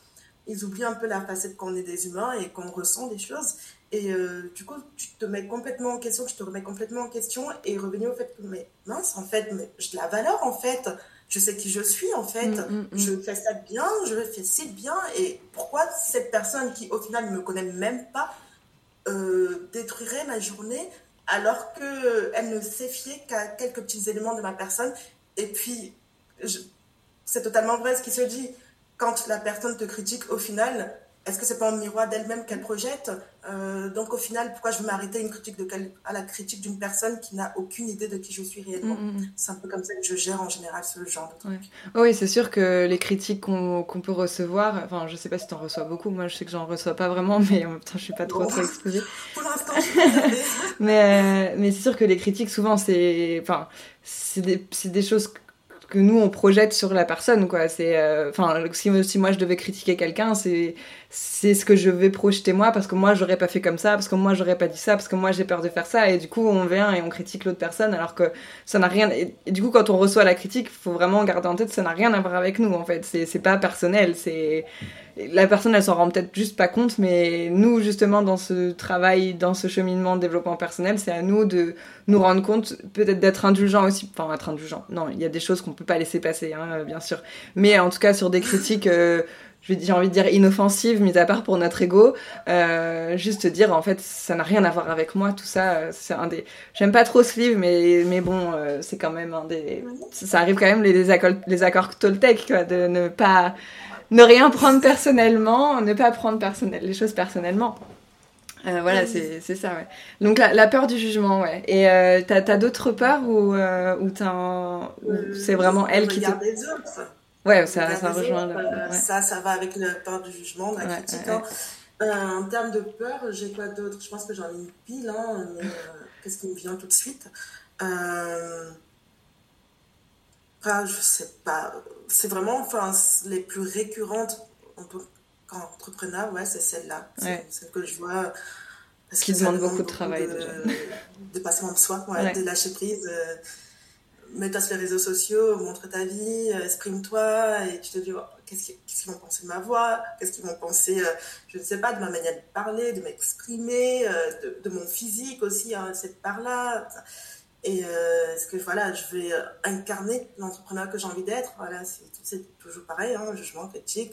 ils oublient un peu la facette qu'on est des humains et qu'on ressent des choses. Et du coup, tu te mets complètement en question, tu te remets complètement en question et revenir au fait que, mais mince, en fait, mais j'ai de la valeur, en fait. Je sais qui je suis, en fait. Je fais ça bien, je fais ci bien. Et pourquoi cette personne qui, au final, ne me connaît même pas, détruirait ma journée alors qu'elle ne s'est fiée qu'à quelques petits éléments de ma personne. Et puis, je, c'est totalement vrai ce qui se dit. Quand la personne te critique, au final, est-ce que c'est pas un miroir d'elle-même qu'elle projette? Donc au final, pourquoi je veux m'arrêter à la critique d'une personne qui n'a aucune idée de qui je suis réellement? C'est un peu comme ça que je gère en général ce genre de truc. Ouais. Oui, c'est sûr que les critiques qu'on peut recevoir, enfin, je sais pas si t'en reçois beaucoup, moi je sais que j'en reçois pas vraiment, mais en même temps je suis pas trop exposée. Pour l'instant, je suis réservée. mais c'est sûr que les critiques, souvent, c'est des choses que nous on projette sur la personne, quoi. Enfin, si moi je devais critiquer quelqu'un, c'est ce que je vais projeter moi, parce que moi j'aurais pas fait comme ça, parce que moi j'aurais pas dit ça, parce que moi j'ai peur de faire ça, et du coup on vient et on critique l'autre personne, alors que ça n'a rien. Et du coup, quand on reçoit la critique, faut vraiment garder en tête que ça n'a rien à voir avec nous, en fait. C'est pas personnel, la personne, elle s'en rend peut-être juste pas compte, mais nous, justement, dans ce travail, dans ce cheminement de développement personnel, c'est à nous de nous rendre compte, peut-être d'être indulgent aussi. Enfin, être indulgent. Non, il y a des choses qu'on peut pas laisser passer, hein, bien sûr. Mais en tout cas, sur des critiques, j'ai envie de dire inoffensives, mis à part pour notre ego, juste dire, en fait, ça n'a rien à voir avec moi, tout ça. C'est un des. J'aime pas trop ce livre, mais bon, c'est quand même un des. Ça arrive quand même les accords Toltec, quoi, de ne rien prendre personnellement, ne pas prendre les choses personnellement. Voilà, c'est ça, ouais. Donc la peur du jugement, ouais. Et t'as d'autres peurs ou c'est vraiment elle qui te... Les autres. Ouais, ça rejoint. Ouais. Ça va avec la peur du jugement, de la critique. Ouais. En termes de peur, j'ai quoi d'autre? Je pense que j'en ai une pile, hein, mais qu'est-ce qui me vient tout de suite? Je sais pas. C'est vraiment, les plus récurrentes en tant qu'entrepreneur, ouais, c'est celle-là. C'est celle que je vois. Parce qui demande beaucoup de travail déjà. Dépassement de soi, de lâcher prise. Mets-toi sur les réseaux sociaux, montre ta vie, exprime-toi, et tu te dis, oh, qu'est-ce qu'ils vont penser de ma voix? Qu'est-ce qu'ils vont penser, je ne sais pas, de ma manière de parler, de m'exprimer, de mon physique aussi, hein, cette part-là. Et est-ce que voilà, je vais incarner l'entrepreneur que j'ai envie d'être? Voilà, c'est toujours pareil, hein, jugement, critique.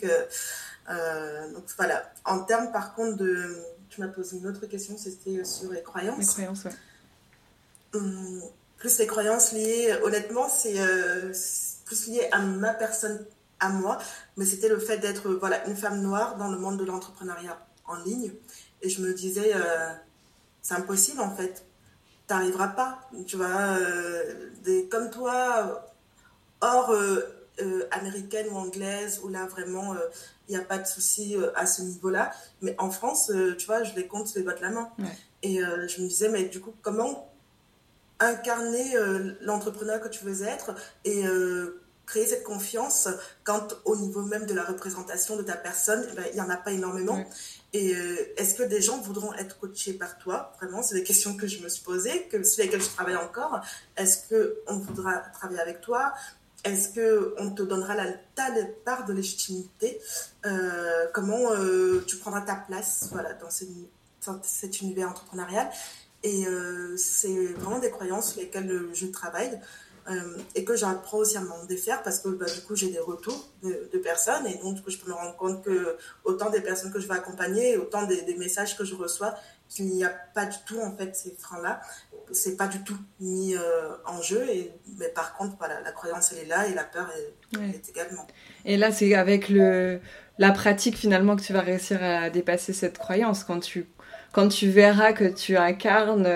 Donc voilà. En termes, par contre, tu m'as posé une autre question, c'était sur les croyances. Les croyances, ouais. Plus les croyances liées, honnêtement, c'est plus lié à ma personne, à moi, mais c'était le fait d'être une femme noire dans le monde de l'entrepreneuriat en ligne. Et je me disais, c'est impossible en fait. T'arriveras pas, tu vois, comme toi, hors américaine ou anglaise, où là vraiment il n'y a pas de souci à ce niveau-là. Mais en France, tu vois, je les compte sur les doigts de la main. Ouais. Et je me disais, mais du coup, comment incarner l'entrepreneur que tu veux être et créer cette confiance quand au niveau même de la représentation de ta personne, il n'y en a pas énormément. Ouais. Et est-ce que des gens voudront être coachés par toi? Vraiment, c'est des questions que je me suis posées, sur lesquelles je travaille encore. Est-ce qu'on voudra travailler avec toi? Est-ce qu'on te donnera ta part de légitimité? Comment tu prendras ta place dans cet univers entrepreneurial? Et c'est vraiment des croyances sur lesquelles je travaille et que j'apprends aussi à m'en défaire parce que du coup j'ai des retours de personnes et donc je peux me rendre compte que autant des personnes que je vais accompagner, autant des messages que je reçois, qu'il n'y a pas du tout en fait ces freins-là. C'est pas du tout mis en jeu, mais par contre voilà, la croyance elle est là et la peur elle est également. Et là c'est avec la pratique finalement que tu vas réussir à dépasser cette croyance quand tu verras que tu incarnes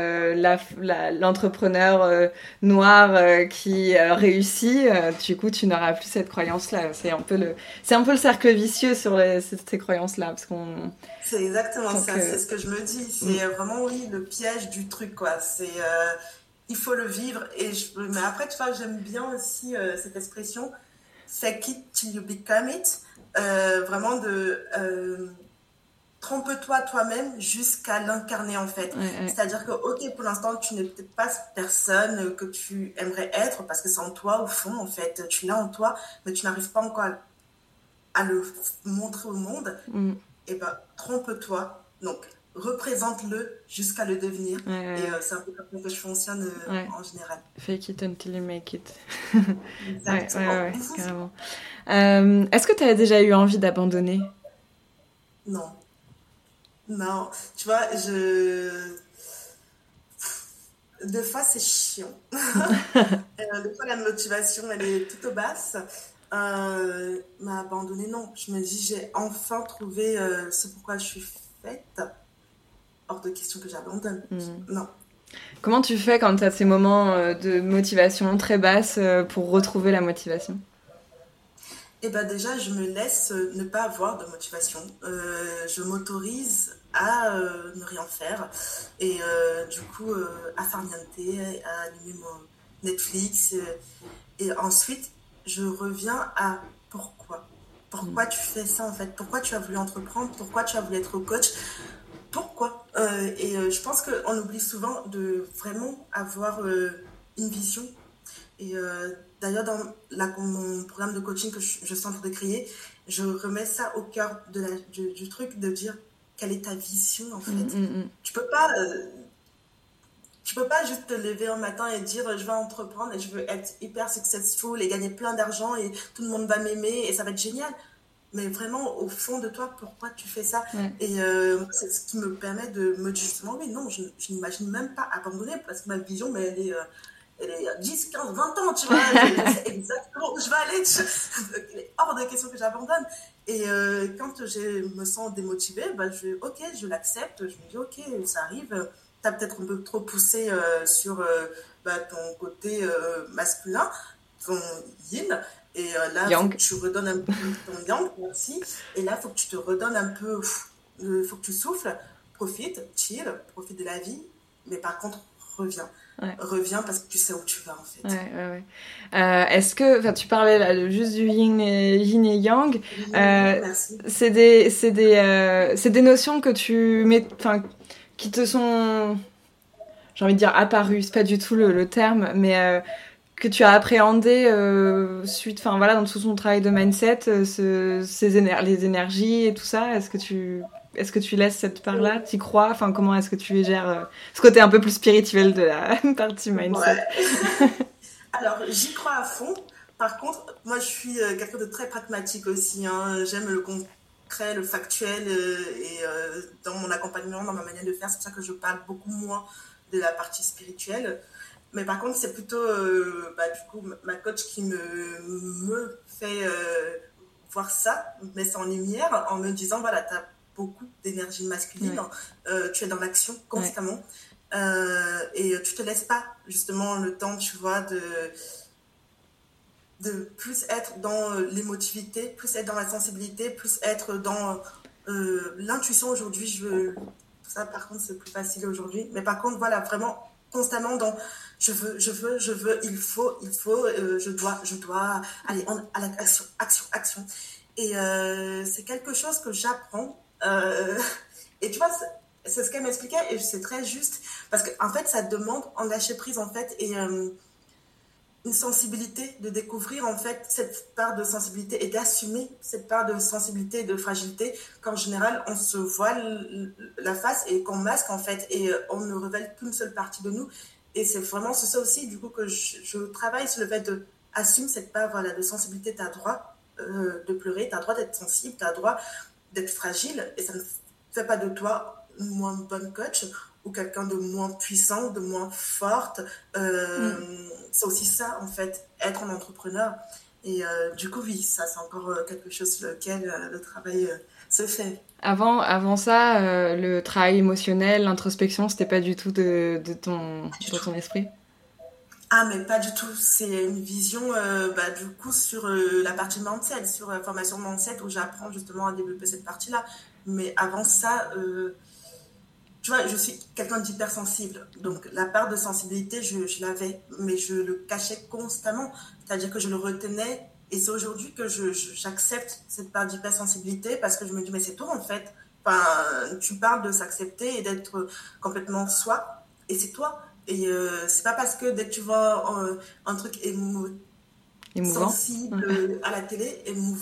l'entrepreneur noir qui réussit, du coup, tu n'auras plus cette croyance-là. C'est un peu le cercle vicieux sur ces croyances-là. Parce c'est exactement ça, c'est ce que je me dis. C'est vraiment, oui, le piège du truc, quoi. Il faut le vivre. Mais après, tu vois, j'aime bien aussi cette expression « fake it till you become it ». Vraiment trompe-toi toi-même jusqu'à l'incarner en fait. C'est-à-dire que, ok, pour l'instant, tu n'es peut-être pas cette personne que tu aimerais être parce que c'est en toi, au fond, en fait. Tu l'as en toi, mais tu n'arrives pas encore à le montrer au monde, Mm. et ben trompe-toi. Donc représente-le jusqu'à le devenir. Ouais, Et ouais, c'est un peu comme ça que je fonctionne ouais. en général. Fake it until you make it. Ouais, ouais, ouais, Exactement. ouais, carrément. Est-ce que tu as déjà eu envie d'abandonner? Non, non. Tu vois, des fois c'est chiant. Des fois la motivation elle est plutôt basse. Mais abandonner, non. Je me dis, j'ai enfin trouvé ce pourquoi je suis faite. Hors de question que j'abandonne. Mm. Non. Comment tu fais quand tu as ces moments de motivation très basse pour retrouver la motivation? Et ben déjà, je me laisse ne pas avoir de motivation. Je m'autorise à ne rien faire et du coup à farniente, à allumer mon Netflix et ensuite je reviens à pourquoi. Mm. Pourquoi tu fais ça en fait? Pourquoi tu as voulu entreprendre? Pourquoi tu as voulu être coach? Pourquoi? Je pense qu'on oublie souvent de vraiment avoir une vision et d'ailleurs, dans mon programme de coaching que je suis en train de créer, je remets ça au cœur du truc de dire quelle est ta vision en Mm, fait. mm, mm. Tu peux pas, euh, tu peux pas juste te lever un matin et dire je vais entreprendre et je veux être hyper successful et gagner plein d'argent et tout le monde va m'aimer et ça va être génial. Mais vraiment, au fond de toi, pourquoi tu fais ça? Ouais. Et c'est ce qui me permet de me dire justement, oui, non, je n'imagine même pas abandonner parce que ma vision, mais elle est à 10, 15, 20 ans, tu vois. Je sais exactement où je vais aller. Il est hors de question que j'abandonne. Et quand je me sens démotivée, bah, ok, je l'accepte. Je me dis, ok, ça arrive. T'as peut-être un peu trop poussé sur bah, ton côté masculin, ton yin. Et là, il faut que Yang. tu redonnes un peu ton yang, merci. Et là, il faut que tu te redonnes un peu. Il faut que tu souffles, profite, chill, profite de la vie. Mais par contre, reviens. Ouais. Reviens parce que tu sais où tu vas en Ouais, fait. ouais, ouais. Est-ce que, enfin, tu parlais là juste du yin et yang. Oui, Euh, merci. c'est des notions que tu mets, enfin, qui te sont, j'ai envie de dire apparues. C'est pas du tout le terme, mais que tu as appréhendé suite, enfin voilà, dans tout ton travail de mindset, les énergies et tout ça. Est-ce que tu laisses cette part-là? T'y crois? Enfin, comment est-ce que tu les gères ce côté un peu plus spirituel de la partie mindset? Ouais. Alors, j'y crois à fond. Par contre, moi, je suis quelqu'un de très pragmatique aussi, hein. J'aime le concret, le factuel et dans mon accompagnement, dans ma manière de faire, c'est pour ça que je parle beaucoup moins de la partie spirituelle. Mais par contre, c'est plutôt bah, du coup ma coach qui me fait voir ça, met ça en lumière en me disant voilà, tu as beaucoup d'énergie masculine, Ouais. tu es dans l'action Ouais. constamment et tu te laisses pas justement le temps, tu vois, de plus être dans l'émotivité, plus être dans la sensibilité, plus être dans l'intuition aujourd'hui. Ça, par contre, c'est plus facile aujourd'hui. Mais par contre, voilà, vraiment constamment dans je veux, je dois, allez, à l'action, action, action. Et c'est quelque chose que j'apprends. Et tu vois, c'est ce qu'elle m'expliquait et c'est très juste parce qu'en fait, ça demande en lâcher prise en fait et une sensibilité, de découvrir en fait cette part de sensibilité et d'assumer cette part de sensibilité et de fragilité qu'en général on se voile la face et qu'on masque en fait et on ne révèle qu'une seule partie de nous et c'est vraiment c'est ça aussi du coup que je travaille sur le fait de assumer cette part voilà, de sensibilité. Tu as droit de pleurer, tu as droit d'être sensible, tu as droit d'être fragile et ça ne fait pas de toi une moins bonne coach ou quelqu'un de moins puissant, de moins forte. Mm. C'est aussi ça, en fait, être un entrepreneur. Et du coup, oui, ça, c'est encore quelque chose sur lequel le travail se fait. Avant ça, le travail émotionnel, l'introspection, c'était pas du tout Pas du dans tout. ton esprit. Ah, mais pas du tout. C'est une vision, bah, du coup, sur la partie mindset, sur la formation mindset, où j'apprends justement à développer cette partie-là. Mais avant ça, tu vois, je suis quelqu'un d'hypersensible. Donc, la part de sensibilité, je l'avais, mais je le cachais constamment. C'est-à-dire que je le retenais. Et c'est aujourd'hui que j'accepte cette part d'hypersensibilité parce que je me dis, mais c'est toi, en fait. Enfin, tu parles de s'accepter et d'être complètement soi. Et c'est toi. Et c'est pas parce que dès que tu vois un truc Émouvant. sensible Ouais. à la télé, émouvant,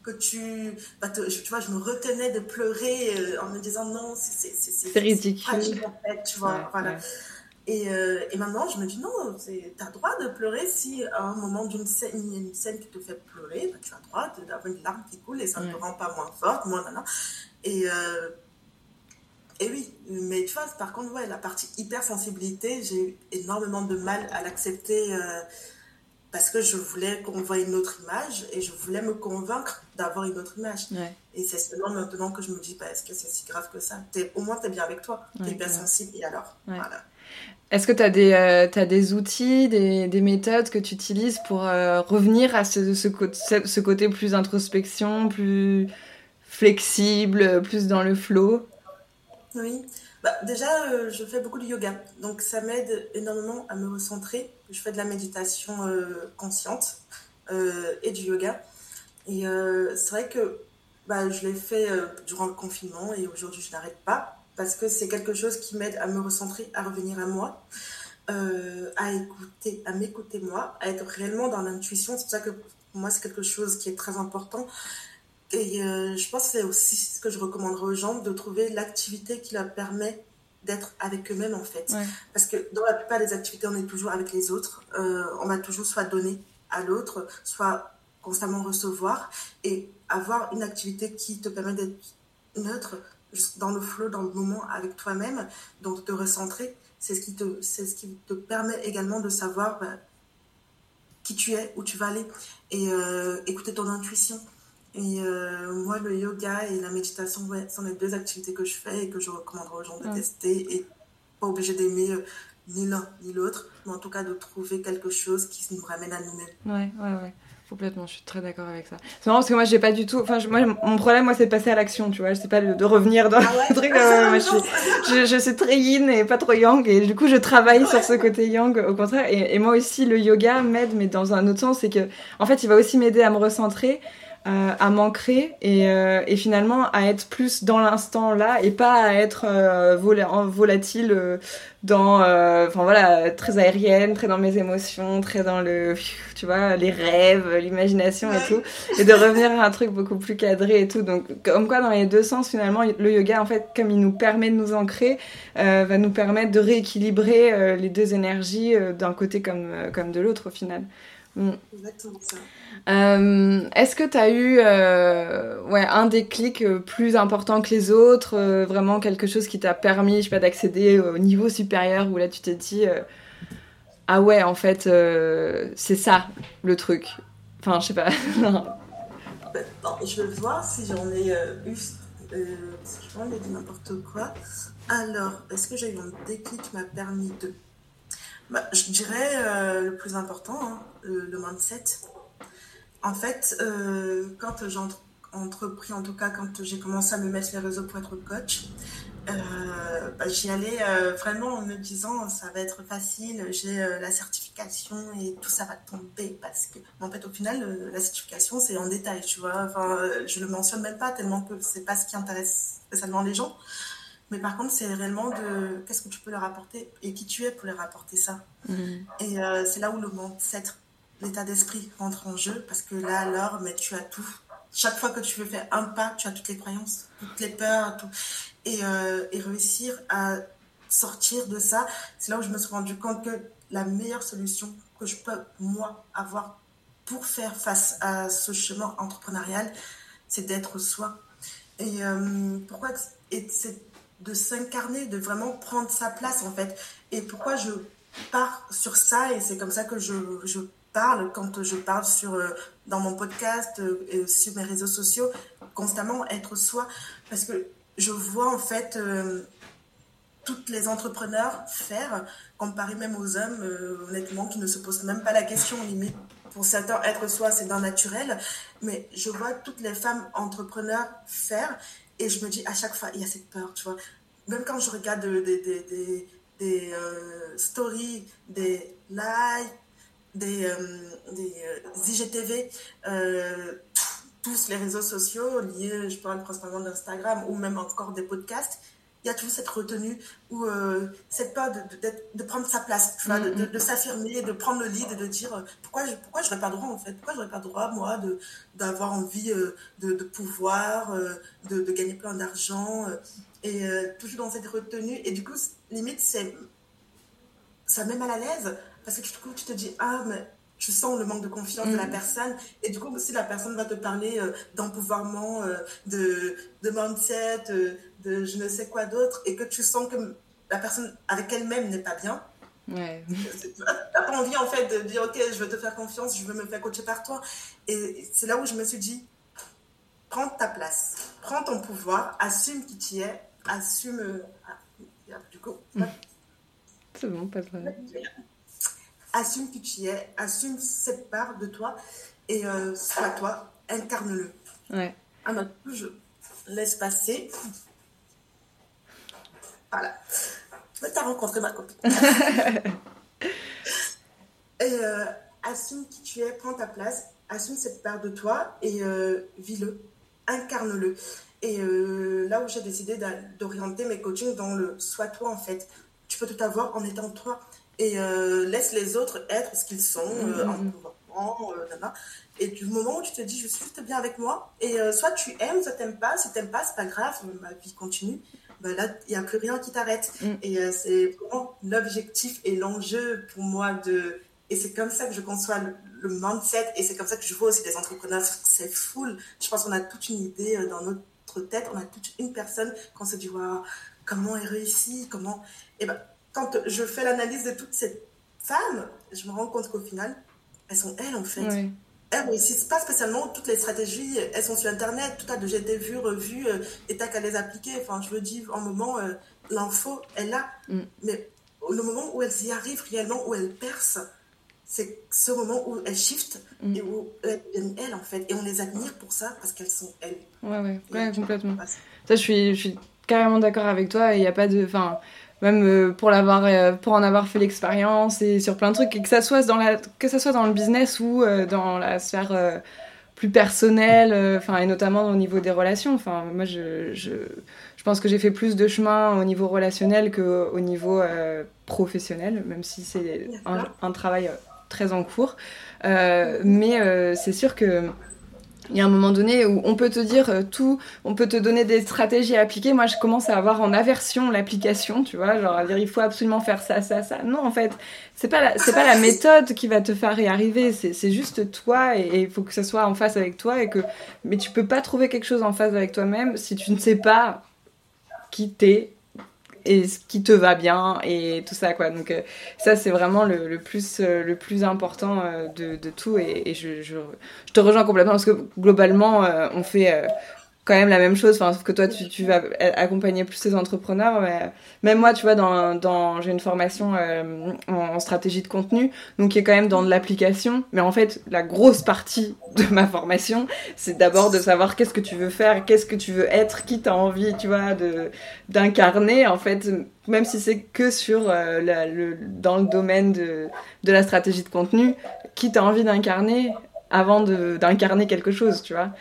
que tu vois, je me retenais de pleurer en me disant non, C'est c'est ridicule. fragile en fait, tu vois, Ouais, voilà. ouais. Et maintenant, je me dis non, t'as le droit de pleurer si à un moment il y a une scène qui te fait pleurer, bah, tu as le droit d'avoir une larme qui coule et ça ne te Ouais. rend pas moins forte, moins nana. Et, euh, et oui, mais tu vois, par contre, ouais, la partie hypersensibilité, j'ai eu énormément de mal à l'accepter parce que je voulais qu'on voie une autre image et je voulais me convaincre d'avoir une autre image. Ouais, Et c'est seulement maintenant que je me dis, bah, est-ce que c'est si grave que ça? Au moins, t'es bien avec toi, t'es ouais, grave. hypersensible et alors? Ouais. Voilà. Est-ce que t'as des outils, des méthodes que tu utilises pour revenir à ce côté plus introspection, plus flexible, plus dans le flow? Oui, bah, déjà, je fais beaucoup de yoga, donc ça m'aide énormément à me recentrer. Je fais de la méditation consciente et du yoga. Et c'est vrai que bah, je l'ai fait durant le confinement et aujourd'hui je n'arrête pas parce que c'est quelque chose qui m'aide à me recentrer, à revenir à moi, à m'écouter moi, à être réellement dans l'intuition. C'est pour ça que pour moi c'est quelque chose qui est très important. Et je pense que c'est aussi ce que je recommanderais aux gens, de trouver l'activité qui leur permet d'être avec eux-mêmes en fait. Ouais, Parce que dans la plupart des activités, on est toujours avec les autres. On va toujours soit donner à l'autre, soit constamment recevoir. Et avoir une activité qui te permet d'être neutre, dans le flow, dans le moment avec toi-même, donc de te recentrer, c'est ce qui te permet également de savoir bah, qui tu es, où tu vas aller et écouter ton intuition. Et moi, le yoga et la méditation, ouais, sont les deux activités que je fais et que je recommanderais aux gens de ouais, tester. Et pas obligé d'aimer ni l'un ni l'autre, mais en tout cas de trouver quelque chose qui nous ramène à nous-mêmes. ouais. Complètement, je suis très d'accord avec ça. C'est marrant parce que moi, j'ai pas du tout. Enfin, moi, mon problème, moi, c'est de passer à l'action, tu vois. Je sais pas de revenir dans Ah le ouais. truc. Moi, je suis très yin et pas trop yang. Et du coup, je travaille sur ce Ouais. côté yang, au contraire. Et moi aussi, le yoga m'aide, mais dans un autre sens. C'est que, en fait, il va aussi m'aider à me recentrer, à m'ancrer et finalement à être plus dans l'instant là et pas à être volatile enfin voilà, très aérienne, très dans mes émotions, très dans tu vois, les rêves, l'imagination et tout, Ouais. et de revenir à un truc beaucoup plus cadré et tout. Donc, comme quoi, dans les deux sens, finalement, le yoga, en fait, comme il nous permet de nous ancrer, va nous permettre de rééquilibrer les deux énergies d'un côté comme de l'autre, au final. Mm. Exactement ça. Est-ce que tu as eu ouais, un déclic plus important que les autres, vraiment quelque chose qui t'a permis, je sais pas, d'accéder au niveau supérieur où là tu t'es dit ah ouais, en fait, c'est ça le truc. Enfin, je sais pas. Ben, bon, je vais voir si j'en ai eu. Si j'en ai dit n'importe quoi. Alors, est-ce que j'ai eu un déclic qui m'a permis de. Bah, je dirais le plus important, hein, le mindset. En fait, quand j'ai entrepris, en tout cas quand j'ai commencé à me mettre les réseaux pour être coach, bah, j'y allais vraiment en me disant ça va être facile, j'ai la certification et tout ça va tomber parce que en fait au final la certification c'est en détail, tu vois, enfin je le mentionne même pas tellement que c'est pas ce qui intéresse spécialement les gens, mais par contre c'est réellement de qu'est-ce que tu peux leur apporter et qui tu es pour leur apporter ça. Mm. Et c'est là où le mindset, l'état d'esprit rentre en jeu, parce que là, alors, mais tu as tout. Chaque fois que tu veux faire un pas, tu as toutes les croyances, toutes les peurs, tout. Et réussir à sortir de ça, c'est là où je me suis rendu compte que la meilleure solution que je peux, moi, avoir pour faire face à ce chemin entrepreneurial, c'est d'être soi. Et pourquoi et c'est de s'incarner, de vraiment prendre sa place en fait. Et pourquoi je pars sur ça et c'est comme ça que je parle quand je parle dans mon podcast et sur mes réseaux sociaux, constamment être soi. Parce que je vois en fait toutes les entrepreneurs faire, comparé même aux hommes, honnêtement, qui ne se posent même pas la question, limite. Pour certains, être soi, c'est d'un naturel. Mais je vois toutes les femmes entrepreneurs faire et je me dis à chaque fois, il y a cette peur, tu vois. Même quand je regarde des stories, des lives, des IGTV, tous les réseaux sociaux liés, je parle principalement d'Instagram ou même encore des podcasts, il y a toujours cette retenue ou cette peur de prendre sa place, tu vois, de s'affirmer, de prendre le lead et de dire pourquoi je n'aurais pas droit en fait, pourquoi je n'aurais pas droit moi d'avoir envie de pouvoir, de gagner plein d'argent et toujours dans cette retenue et du coup limite ça met mal à l'aise parce que du coup tu te dis ah mais tu sens le manque de confiance de la personne et du coup si la personne va te parler d'empouvoirment, de mindset, de je ne sais quoi d'autre et que tu sens que la personne avec elle-même n'est pas bien, Ouais. t'as pas envie en fait de dire ok je veux te faire confiance, je veux me faire coacher par toi et c'est là où je me suis dit prends ta place, prends ton pouvoir, assume qui tu es, assume du coup C'est bon, pas de problème. assume qui tu es, assume cette part de toi et sois toi, incarne-le. Ouais. À notre coup, je laisse passer. Voilà. Tu as rencontré ma copine. Et assume qui tu es, prends ta place, assume cette part de toi et vis-le, incarne-le. Et là où j'ai décidé d'orienter mes coachings dans le sois toi en fait. Tu peux tout avoir en étant toi. Et laisse les autres être ce qu'ils sont, en gouvernement, et du moment où tu te dis je suis juste bien avec moi, et soit tu aimes, soit t'aimes pas, si t'aimes pas, c'est pas grave, ma vie continue, ben là, il n'y a plus rien qui t'arrête. Et c'est vraiment l'objectif et l'enjeu pour moi et c'est comme ça que je conçois le mindset, et c'est comme ça que je vois aussi les entrepreneurs, c'est full. Je pense qu'on a toute une idée dans notre tête, on a toute une personne qu'on se dit, waouh, comment elle réussit, comment... Et ben, quand je fais l'analyse de toutes ces femmes, je me rends compte qu'au final, elles sont elles en fait. Ouais. Elles réussissent pas spécialement, toutes les stratégies, elles sont sur internet, tout a déjà été vu, revu, et t'as qu'à les appliquer. Enfin, je veux dire, en moment, l'info est là. Mais le moment où elles y arrivent réellement, où elles percent, c'est ce moment où elles shiftent et où elles deviennent elles en fait. Et on les admire pour ça parce qu'elles sont elles. Ouais, complètement. Ça, je suis carrément d'accord avec toi. Il n'y a pas de... Enfin, même pour en avoir fait l'expérience et sur plein de trucs, et que ça soit dans le business ou dans la sphère plus personnelle, et notamment au niveau des relations. Enfin, moi, je pense que j'ai fait plus de chemin au niveau relationnel qu'au niveau professionnel, même si c'est un travail très en cours. Mais c'est sûr que il y a un moment donné où on peut te dire tout, on peut te donner des stratégies à appliquer. Moi, je commence à avoir en aversion l'application, tu vois, genre à dire il faut absolument faire ça, ça, ça. Non, en fait, c'est pas la méthode qui va te faire y arriver. C'est juste toi et il faut que ça soit en face avec toi mais tu peux pas trouver quelque chose en face avec toi-même si tu ne sais pas qui t'es et ce qui te va bien et tout ça quoi. Donc ça c'est vraiment le plus important de tout et je te rejoins complètement parce que globalement on fait quand même la même chose, sauf que toi tu vas accompagner plus ces entrepreneurs, mais même moi tu vois j'ai une formation en stratégie de contenu, donc qui est quand même dans de l'application, mais en fait la grosse partie de ma formation c'est d'abord de savoir qu'est-ce que tu veux faire, qu'est-ce que tu veux être, qui t'as envie tu vois d'incarner en fait, même si c'est que sur dans le domaine de la stratégie de contenu, qui t'as envie d'incarner avant d'incarner quelque chose, tu vois.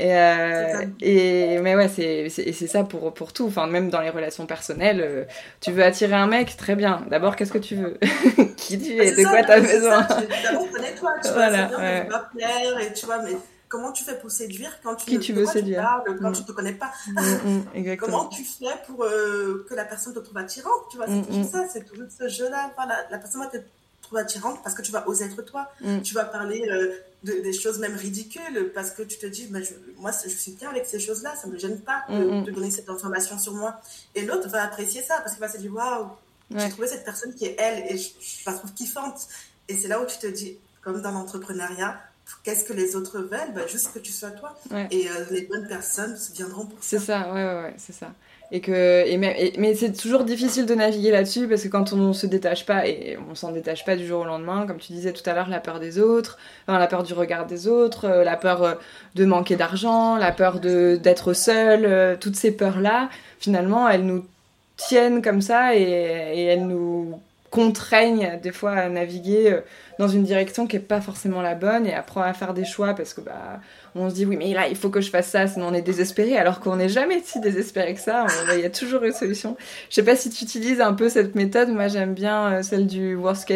Mais ouais, c'est ça pour tout. Enfin, même dans les relations personnelles, tu veux attirer un mec, très bien. D'abord, qu'est-ce que tu veux? Qui tu es? De quoi t'as besoin? D'abord, connais-toi, tu vois. C'est bien de pas plaire et tu vois, mais comment tu fais pour séduire quand tu veux séduire? Quand tu te connais pas? Exactement. Comment tu fais pour que la personne te trouve attirante? Tu vois, c'est toujours ça, c'est toujours ce jeu-là. Voilà, la personne va te trouver attirante parce que tu vas oser être toi. Tu vas parler des choses même ridicules parce que tu te dis, moi, je suis bien avec ces choses-là, ça ne me gêne pas de donner cette information sur moi. Et l'autre va apprécier ça parce qu'il va se dire, waouh, j'ai trouvé cette personne qui est elle et je la trouve kiffante. Et c'est là où tu te dis, comme dans l'entrepreneuriat, qu'est-ce que les autres veulent? Juste que tu sois toi. Et les bonnes personnes viendront pour ça. C'est ça, ouais, c'est ça. Mais c'est toujours difficile de naviguer là-dessus parce que quand on se détache pas, et on s'en détache pas du jour au lendemain, comme tu disais tout à l'heure, la peur des autres, la peur du regard des autres, la peur de manquer d'argent, la peur d'être seul, toutes ces peurs-là, finalement, elles nous tiennent comme ça et elles nous contraignent des fois à naviguer dans une direction qui est pas forcément la bonne et après à faire des choix parce que on se dit oui mais là il faut que je fasse ça sinon on est désespéré alors qu'on n'est jamais si désespéré que ça, il y a toujours une solution. Je sais pas si tu utilises un peu cette méthode, moi j'aime bien celle du worst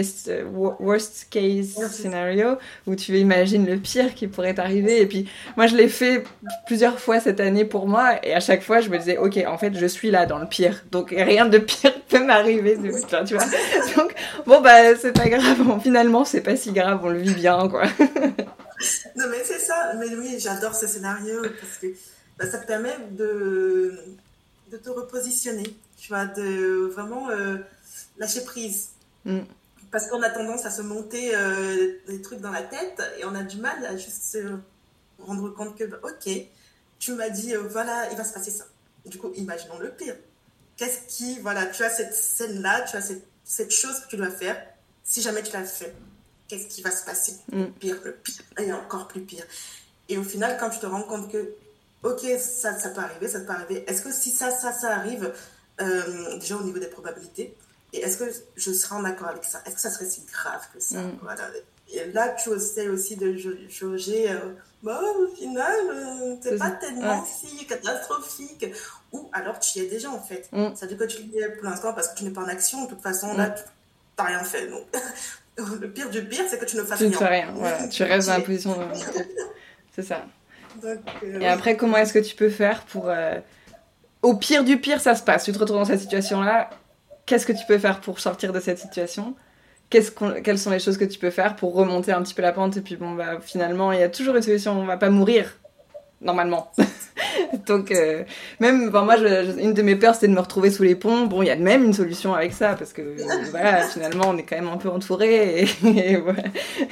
case scenario où tu imagines le pire qui pourrait t'arriver et puis moi je l'ai fait plusieurs fois cette année pour moi et à chaque fois je me disais ok en fait je suis là dans le pire donc rien de pire peut m'arriver tu vois. Donc bon c'est pas grave, bon, finalement c'est pas si grave, on le vit bien quoi. Non mais c'est ça, mais oui j'adore ce scénario parce que ça te permet de te repositionner, tu vois, de vraiment lâcher prise. Parce qu'on a tendance à se monter des trucs dans la tête et on a du mal à juste se rendre compte que ok, tu m'as dit voilà il va se passer ça, du coup imaginons le pire. Qu'est-ce qui, voilà, tu as cette scène-là, tu as cette chose que tu dois faire. Si jamais tu l'as fait, qu'est-ce qui va se passer? Le pire et encore plus pire. Et au final, quand tu te rends compte que, ok, ça peut arriver, ça peut arriver. Est-ce que si ça arrive, déjà au niveau des probabilités, et est-ce que je serai en accord avec ça? Est-ce que ça serait si grave que ça? Voilà. Et là, tu essaies aussi de jauger. Au final, c'est pas tellement si catastrophique. Ou alors tu y es déjà en fait. Ça veut dire que tu y es pour l'instant parce que tu n'es pas en action. De toute façon, là, tu n'as rien fait. Donc, le pire du pire, c'est que tu ne fasses rien. Tu ne fais rien, voilà. Tu restes dans la position. C'est ça. Donc, et après, comment est-ce que tu peux faire pour. Au pire du pire, ça se passe. Tu te retrouves dans cette situation-là. Qu'est-ce que tu peux faire pour sortir de cette situation ? Quelles sont les choses que tu peux faire pour remonter un petit peu la pente et puis finalement il y a toujours une solution, on va pas mourir normalement. Donc même moi une de mes peurs c'était de me retrouver sous les ponts. Bon il y a même une solution avec ça parce que voilà finalement on est quand même un peu entouré et voilà.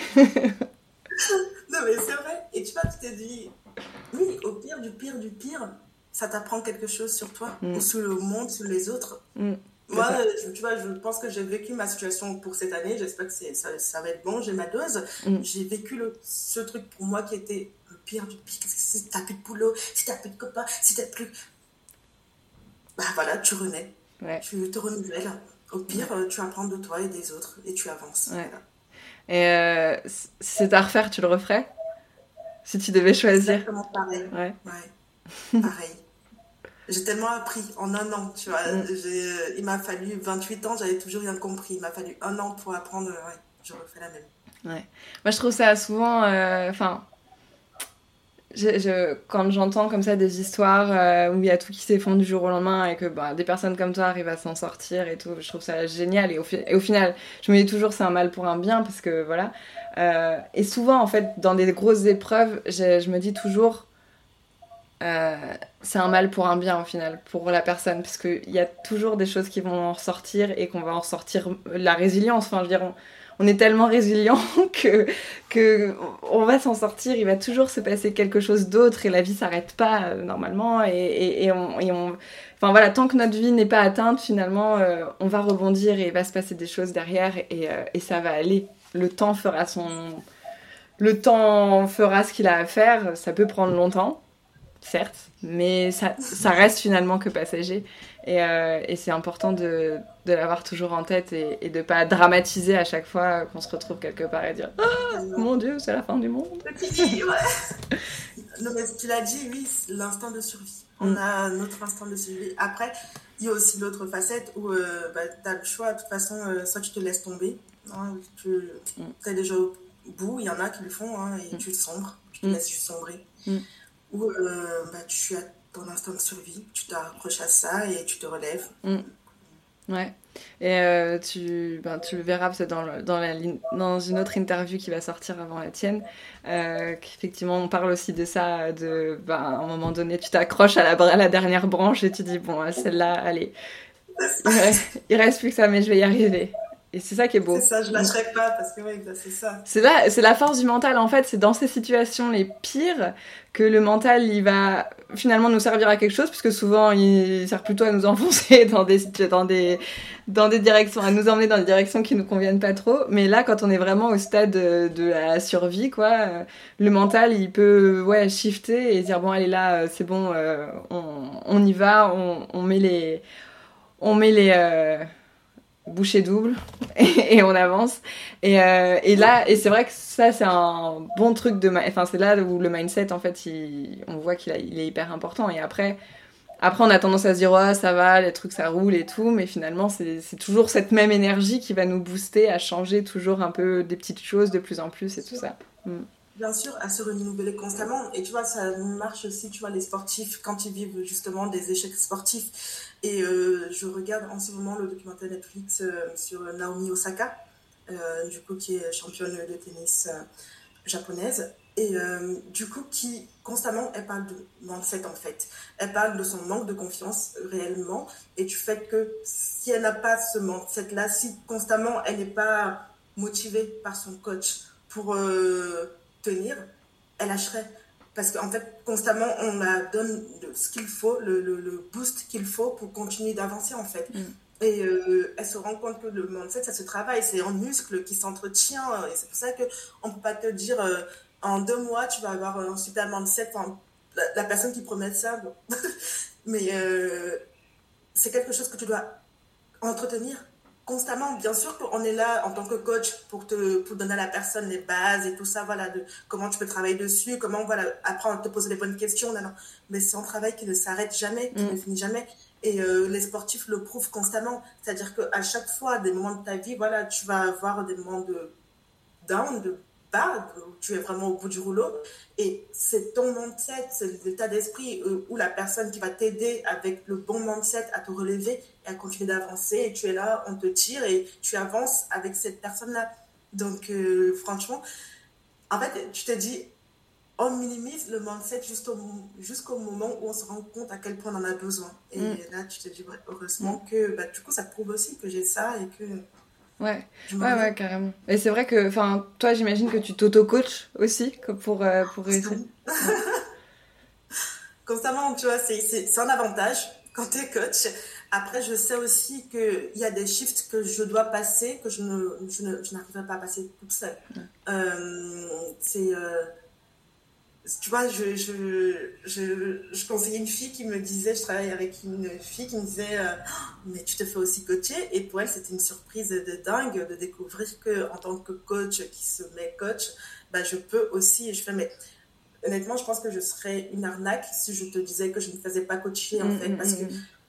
Non mais c'est vrai et tu vois tu t'es dit oui au pire du pire ça t'apprend quelque chose sur toi ou sur le monde, sur les autres. Moi, tu vois, je pense que j'ai vécu ma situation pour cette année. J'espère que ça va être bon. J'ai ma dose. J'ai vécu ce truc pour moi qui était le pire du pire. Si t'as plus de boulot, si t'as plus de copains, si t'as plus... voilà, tu renais. Ouais. Tu te renouvelles. Au pire, tu apprends de toi et des autres et tu avances. Ouais. Voilà. Et si c'est à refaire, tu le referais ? Si tu devais choisir ? Exactement pareil. Ouais. Pareil. J'ai tellement appris en un an, tu vois. Il m'a fallu 28 ans, j'avais toujours rien compris. Il m'a fallu un an pour apprendre, je refais la même. Ouais. Moi, je trouve ça souvent... quand j'entends comme ça des histoires où il y a tout qui s'effondre du jour au lendemain et que des personnes comme toi arrivent à s'en sortir et tout, je trouve ça génial. Et au final, je me dis toujours c'est un mal pour un bien parce que voilà. Et souvent, en fait, dans des grosses épreuves, je me dis toujours... c'est un mal pour un bien au final pour la personne parce qu'il y a toujours des choses qui vont en ressortir et qu'on va en ressortir la résilience, enfin je veux dire on est tellement résilient que on va s'en sortir, il va toujours se passer quelque chose d'autre et la vie s'arrête pas normalement et on enfin voilà, tant que notre vie n'est pas atteinte finalement on va rebondir et il va se passer des choses derrière et ça va aller, le temps fera ce qu'il a à faire, ça peut prendre longtemps certes, mais ça reste finalement que passager et c'est important de l'avoir toujours en tête et de pas dramatiser à chaque fois qu'on se retrouve quelque part et dire mon Dieu c'est la fin du monde. Non mais tu l'as dit, oui, l'instinct de survie, on a notre instinct de survie. Après il y a aussi l'autre facette où t'as le choix de toute façon, soit tu te laisses tomber, tu es déjà au bout, il y en a qui le font et tu sombres, tu te laisses juste sombrer. Ou tu as ton instinct de survie, tu t'accroches à ça et tu te relèves. Ouais. Et tu le verras peut-être dans une autre interview qui va sortir avant la tienne, qu'effectivement on parle aussi de ça, à un moment donné tu t'accroches à la dernière branche et tu dis bon celle-là, allez, il reste plus que ça mais je vais y arriver. Et c'est ça qui est beau. C'est ça, je lâcherai pas parce que c'est ça. C'est la force du mental en fait, c'est dans ces situations les pires que le mental il va finalement nous servir à quelque chose puisque souvent il sert plutôt à nous enfoncer dans des directions, à nous emmener dans des directions qui nous conviennent pas trop. Mais là quand on est vraiment au stade de la survie quoi, le mental il peut shifter et dire bon allez là c'est bon, on y va, on met les bouchée double et on avance. Et là, et c'est vrai que ça, c'est un bon truc enfin, c'est là où le mindset, en fait, on voit il est hyper important. Et après, on a tendance à se dire, ouais, ça va, les trucs, ça roule et tout, mais finalement, c'est toujours cette même énergie qui va nous booster à changer toujours un peu des petites choses de plus en plus et tout ça. Bien sûr, à se renouveler constamment. Et tu vois, ça marche aussi, tu vois, les sportifs, quand ils vivent justement des échecs sportifs. Et je regarde en ce moment le documentaire Netflix sur Naomi Osaka, du coup, qui est championne de tennis japonaise. Et du coup, qui constamment, elle parle de mindset en fait. Elle parle de son manque de confiance réellement et du fait que si elle n'a pas ce mindset-là, si constamment elle n'est pas motivée par son coach pour tenir, elle lâcherait. Parce qu'en fait, constamment, on la donne ce qu'il faut, le boost qu'il faut pour continuer d'avancer en fait. Et elle se rend compte que le mindset, ça se travaille, c'est un muscle qui s'entretient. Et c'est pour ça qu'on ne peut pas te dire en 2 mois, tu vas avoir un super mindset. Enfin, la personne qui promet ça, bon. Mais c'est quelque chose que tu dois entretenir constamment. Bien sûr qu'on est là en tant que coach pour donner à la personne les bases et tout ça, voilà, de comment tu peux travailler dessus, comment voilà, apprendre à te poser les bonnes questions. Non. Mais c'est un travail qui ne s'arrête jamais, qui ne finit jamais. Et les sportifs le prouvent constamment. C'est-à-dire qu'à chaque fois, des moments de ta vie, voilà, tu vas avoir des moments de down, de bas, où tu es vraiment au bout du rouleau. Et c'est ton mindset, c'est l'état d'esprit où la personne qui va t'aider avec le bon mindset à te relever et à continuer d'avancer. Et tu es là, on te tire et tu avances avec cette personne-là. Donc, franchement, en fait, tu te dis, on minimise le mindset jusqu'au moment où on se rend compte à quel point on en a besoin. Et là, tu te dis, ouais, heureusement que, bah, du coup, ça prouve aussi que j'ai ça et que... Ouais, carrément. Et c'est vrai que, enfin, toi, j'imagine que tu t'auto-coaches aussi pour réussir. Constamment, tu vois, c'est un avantage quand tu es coach. Après, je sais aussi qu'il y a des shifts que je dois passer, que je n'arriverai pas à passer toute seule. Tu vois, je conseillais une fille qui me disait, je travaille avec une fille qui me disait, mais tu te fais aussi coacher. Et pour elle, c'était une surprise de dingue de découvrir que en tant que coach qui se met coach, bah, je peux aussi. Et je fais, mais honnêtement, je pense que je serais une arnaque si je te disais que je ne faisais pas coacher en fait, parce que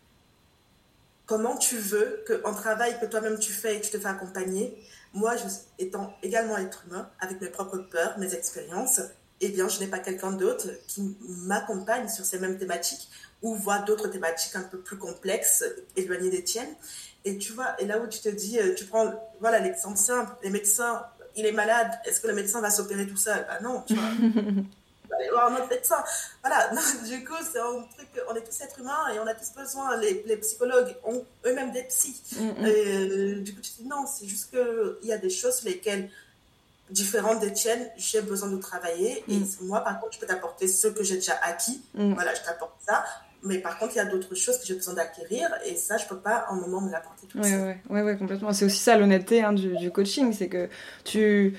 comment tu veux qu'un travail que toi-même tu fais et que tu te fais accompagner, moi, étant également être humain, avec mes propres peurs, mes expériences, eh bien, je n'ai pas quelqu'un d'autre qui m'accompagne sur ces mêmes thématiques ou voit d'autres thématiques un peu plus complexes, éloignées des tiennes. Et tu vois, et là où tu te dis, tu prends, voilà, l'exemple simple, les médecins, il est malade, est-ce que le médecin va s'opérer tout seul? Ah non, tu vois. Aller voir un autre médecin. Voilà, du coup, c'est un truc, on est tous êtres humains et on a tous besoin, les psychologues ont eux-mêmes des psys. Et, du coup, tu te dis non, c'est juste qu'il y a des choses sur lesquelles, différentes des tiennes, j'ai besoin de travailler. Et moi, par contre, je peux t'apporter ce que j'ai déjà acquis. Voilà, je t'apporte ça. Mais par contre, il y a d'autres choses que j'ai besoin d'acquérir et ça, je peux pas en moment me l'apporter tout seul. Ouais, complètement. C'est aussi ça l'honnêteté du coaching, c'est que tu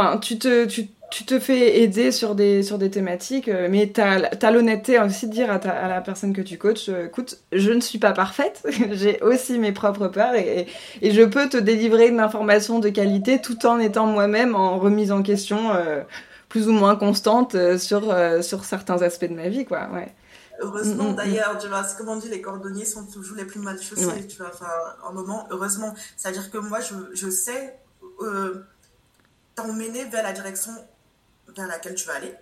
te fais aider sur des thématiques, mais t'as l'honnêteté aussi de dire à la personne que tu coaches, écoute, je ne suis pas parfaite, j'ai aussi mes propres peurs et je peux te délivrer une information de qualité tout en étant moi-même en remise en question plus ou moins constante sur certains aspects de ma vie, quoi. Ouais. Heureusement, d'ailleurs, tu vois, c'est comme on dit, les cordonniers sont toujours les plus mal chaussés, tu vois, enfin, en moment, heureusement. C'est-à-dire que moi, je sais t'emmener vers la direction vers laquelle tu vas aller.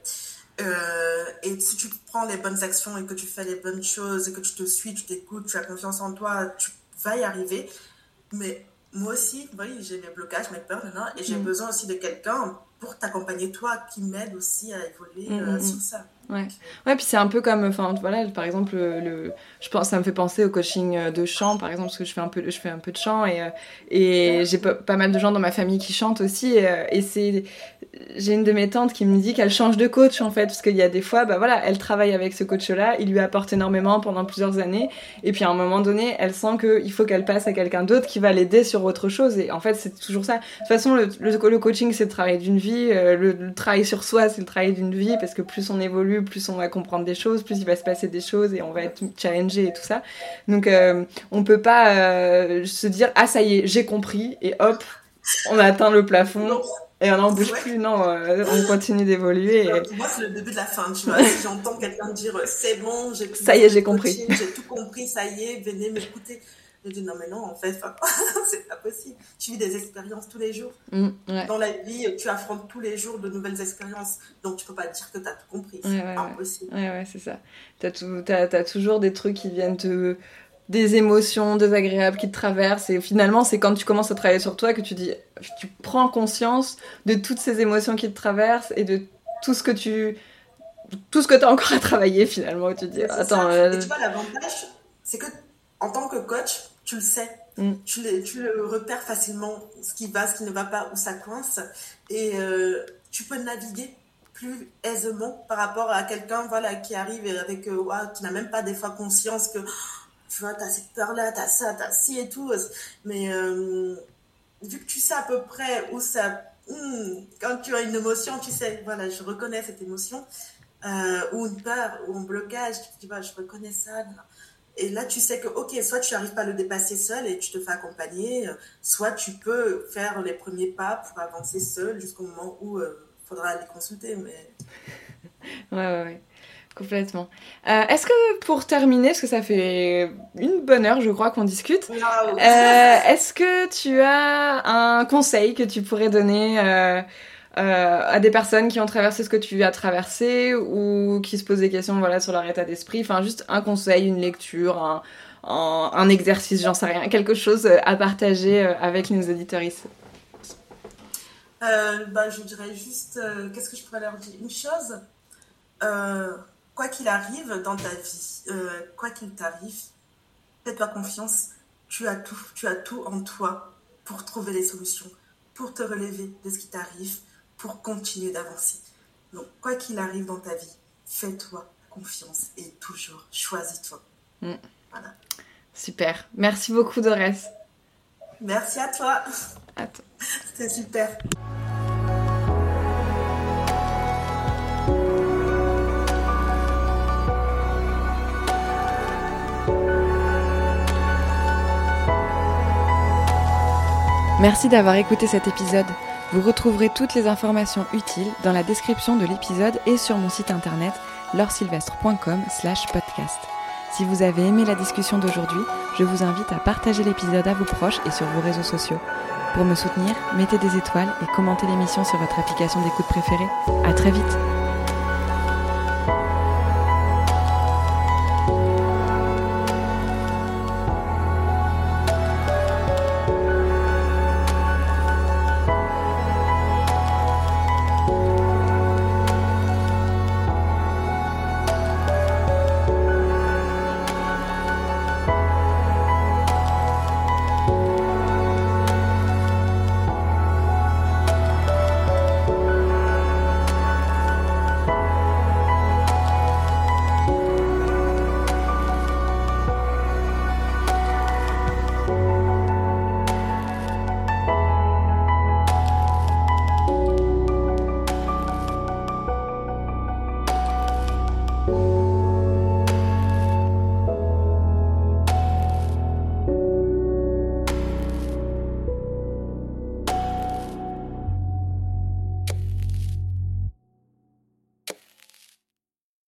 Et si tu prends les bonnes actions et que tu fais les bonnes choses et que tu te suis, tu t'écoutes, tu as confiance en toi, tu vas y arriver. Mais moi aussi, oui, j'ai mes blocages, mes peurs, et j'ai besoin aussi de quelqu'un pour t'accompagner, toi, qui m'aide aussi à évoluer sur ça. Ouais, puis c'est un peu comme, enfin voilà, par exemple, je pense, ça me fait penser au coaching de chant, par exemple, parce que je fais un peu de chant et j'ai pas mal de gens dans ma famille qui chantent aussi et j'ai une de mes tantes qui me dit qu'elle change de coach en fait, parce qu'il y a des fois, bah voilà, elle travaille avec ce coach-là, il lui apporte énormément pendant plusieurs années, et puis à un moment donné, elle sent qu'il faut qu'elle passe à quelqu'un d'autre qui va l'aider sur autre chose, et en fait, c'est toujours ça. De toute façon, le coaching, c'est le travail d'une vie, le travail sur soi, c'est le travail d'une vie, parce que plus on évolue, plus on va comprendre des choses, plus il va se passer des choses, et on va être challengé et tout ça. Donc, on peut pas se dire, ah ça y est, j'ai compris, et hop, on a atteint le plafond. Non. Et on n'en bouge plus, non, on continue d'évoluer. Et... Pour moi, c'est le début de la fin, tu vois. Si j'entends quelqu'un dire c'est bon, ça y est, j'ai compris. J'ai tout compris, ça y est, venez m'écouter. Je dis non, mais non, en fait, c'est pas possible. Tu vis des expériences tous les jours. Ouais. Dans la vie, tu affrontes tous les jours de nouvelles expériences. Donc, tu peux pas dire que tu as tout compris. C'est impossible. Ouais, c'est ça. T'as toujours des trucs qui viennent des émotions désagréables qui te traversent, et finalement c'est quand tu commences à travailler sur toi que tu prends conscience de toutes ces émotions qui te traversent et de tout ce que t'as encore à travailler finalement, où tu te dis attends. Et tu vois, l'avantage c'est que en tant que coach tu le sais, tu le repères facilement, ce qui va, ce qui ne va pas, où ça coince, et tu peux naviguer plus aisément par rapport à quelqu'un qui arrive avec qui n'a même pas des fois conscience que tu vois, t'as cette peur-là, t'as ça, t'as ci et tout. Mais vu que tu sais à peu près où ça... quand tu as une émotion, tu sais, voilà, je reconnais cette émotion. Ou une peur, ou un blocage, tu te dis, bah, je reconnais ça. Et là, tu sais que, ok, soit tu n'arrives pas à le dépasser seul et tu te fais accompagner, soit tu peux faire les premiers pas pour avancer seul jusqu'au moment où il faudra aller consulter. Mais... Ouais. Complètement. Est-ce que pour terminer, parce que ça fait une bonne heure, je crois, qu'on discute, est-ce que tu as un conseil que tu pourrais donner à des personnes qui ont traversé ce que tu as traversé, ou qui se posent des questions sur leur état d'esprit, enfin juste un conseil, une lecture, un exercice, j'en sais rien, quelque chose à partager avec nos auditeuristes? Je dirais juste, qu'est-ce que je pourrais leur dire? Une chose, quoi qu'il arrive dans ta vie, quoi qu'il t'arrive, fais-toi confiance, tu as tout en toi pour trouver les solutions, pour te relever de ce qui t'arrive, pour continuer d'avancer. Donc, quoi qu'il arrive dans ta vie, fais-toi confiance et toujours choisis-toi. Voilà. Super. Merci beaucoup, Dorès. Merci à toi. À toi. C'était super. Merci d'avoir écouté cet épisode. Vous retrouverez toutes les informations utiles dans la description de l'épisode et sur mon site internet lauresylvestre.com/podcast. Si vous avez aimé la discussion d'aujourd'hui, je vous invite à partager l'épisode à vos proches et sur vos réseaux sociaux. Pour me soutenir, mettez des étoiles et commentez l'émission sur votre application d'écoute préférée. À très vite!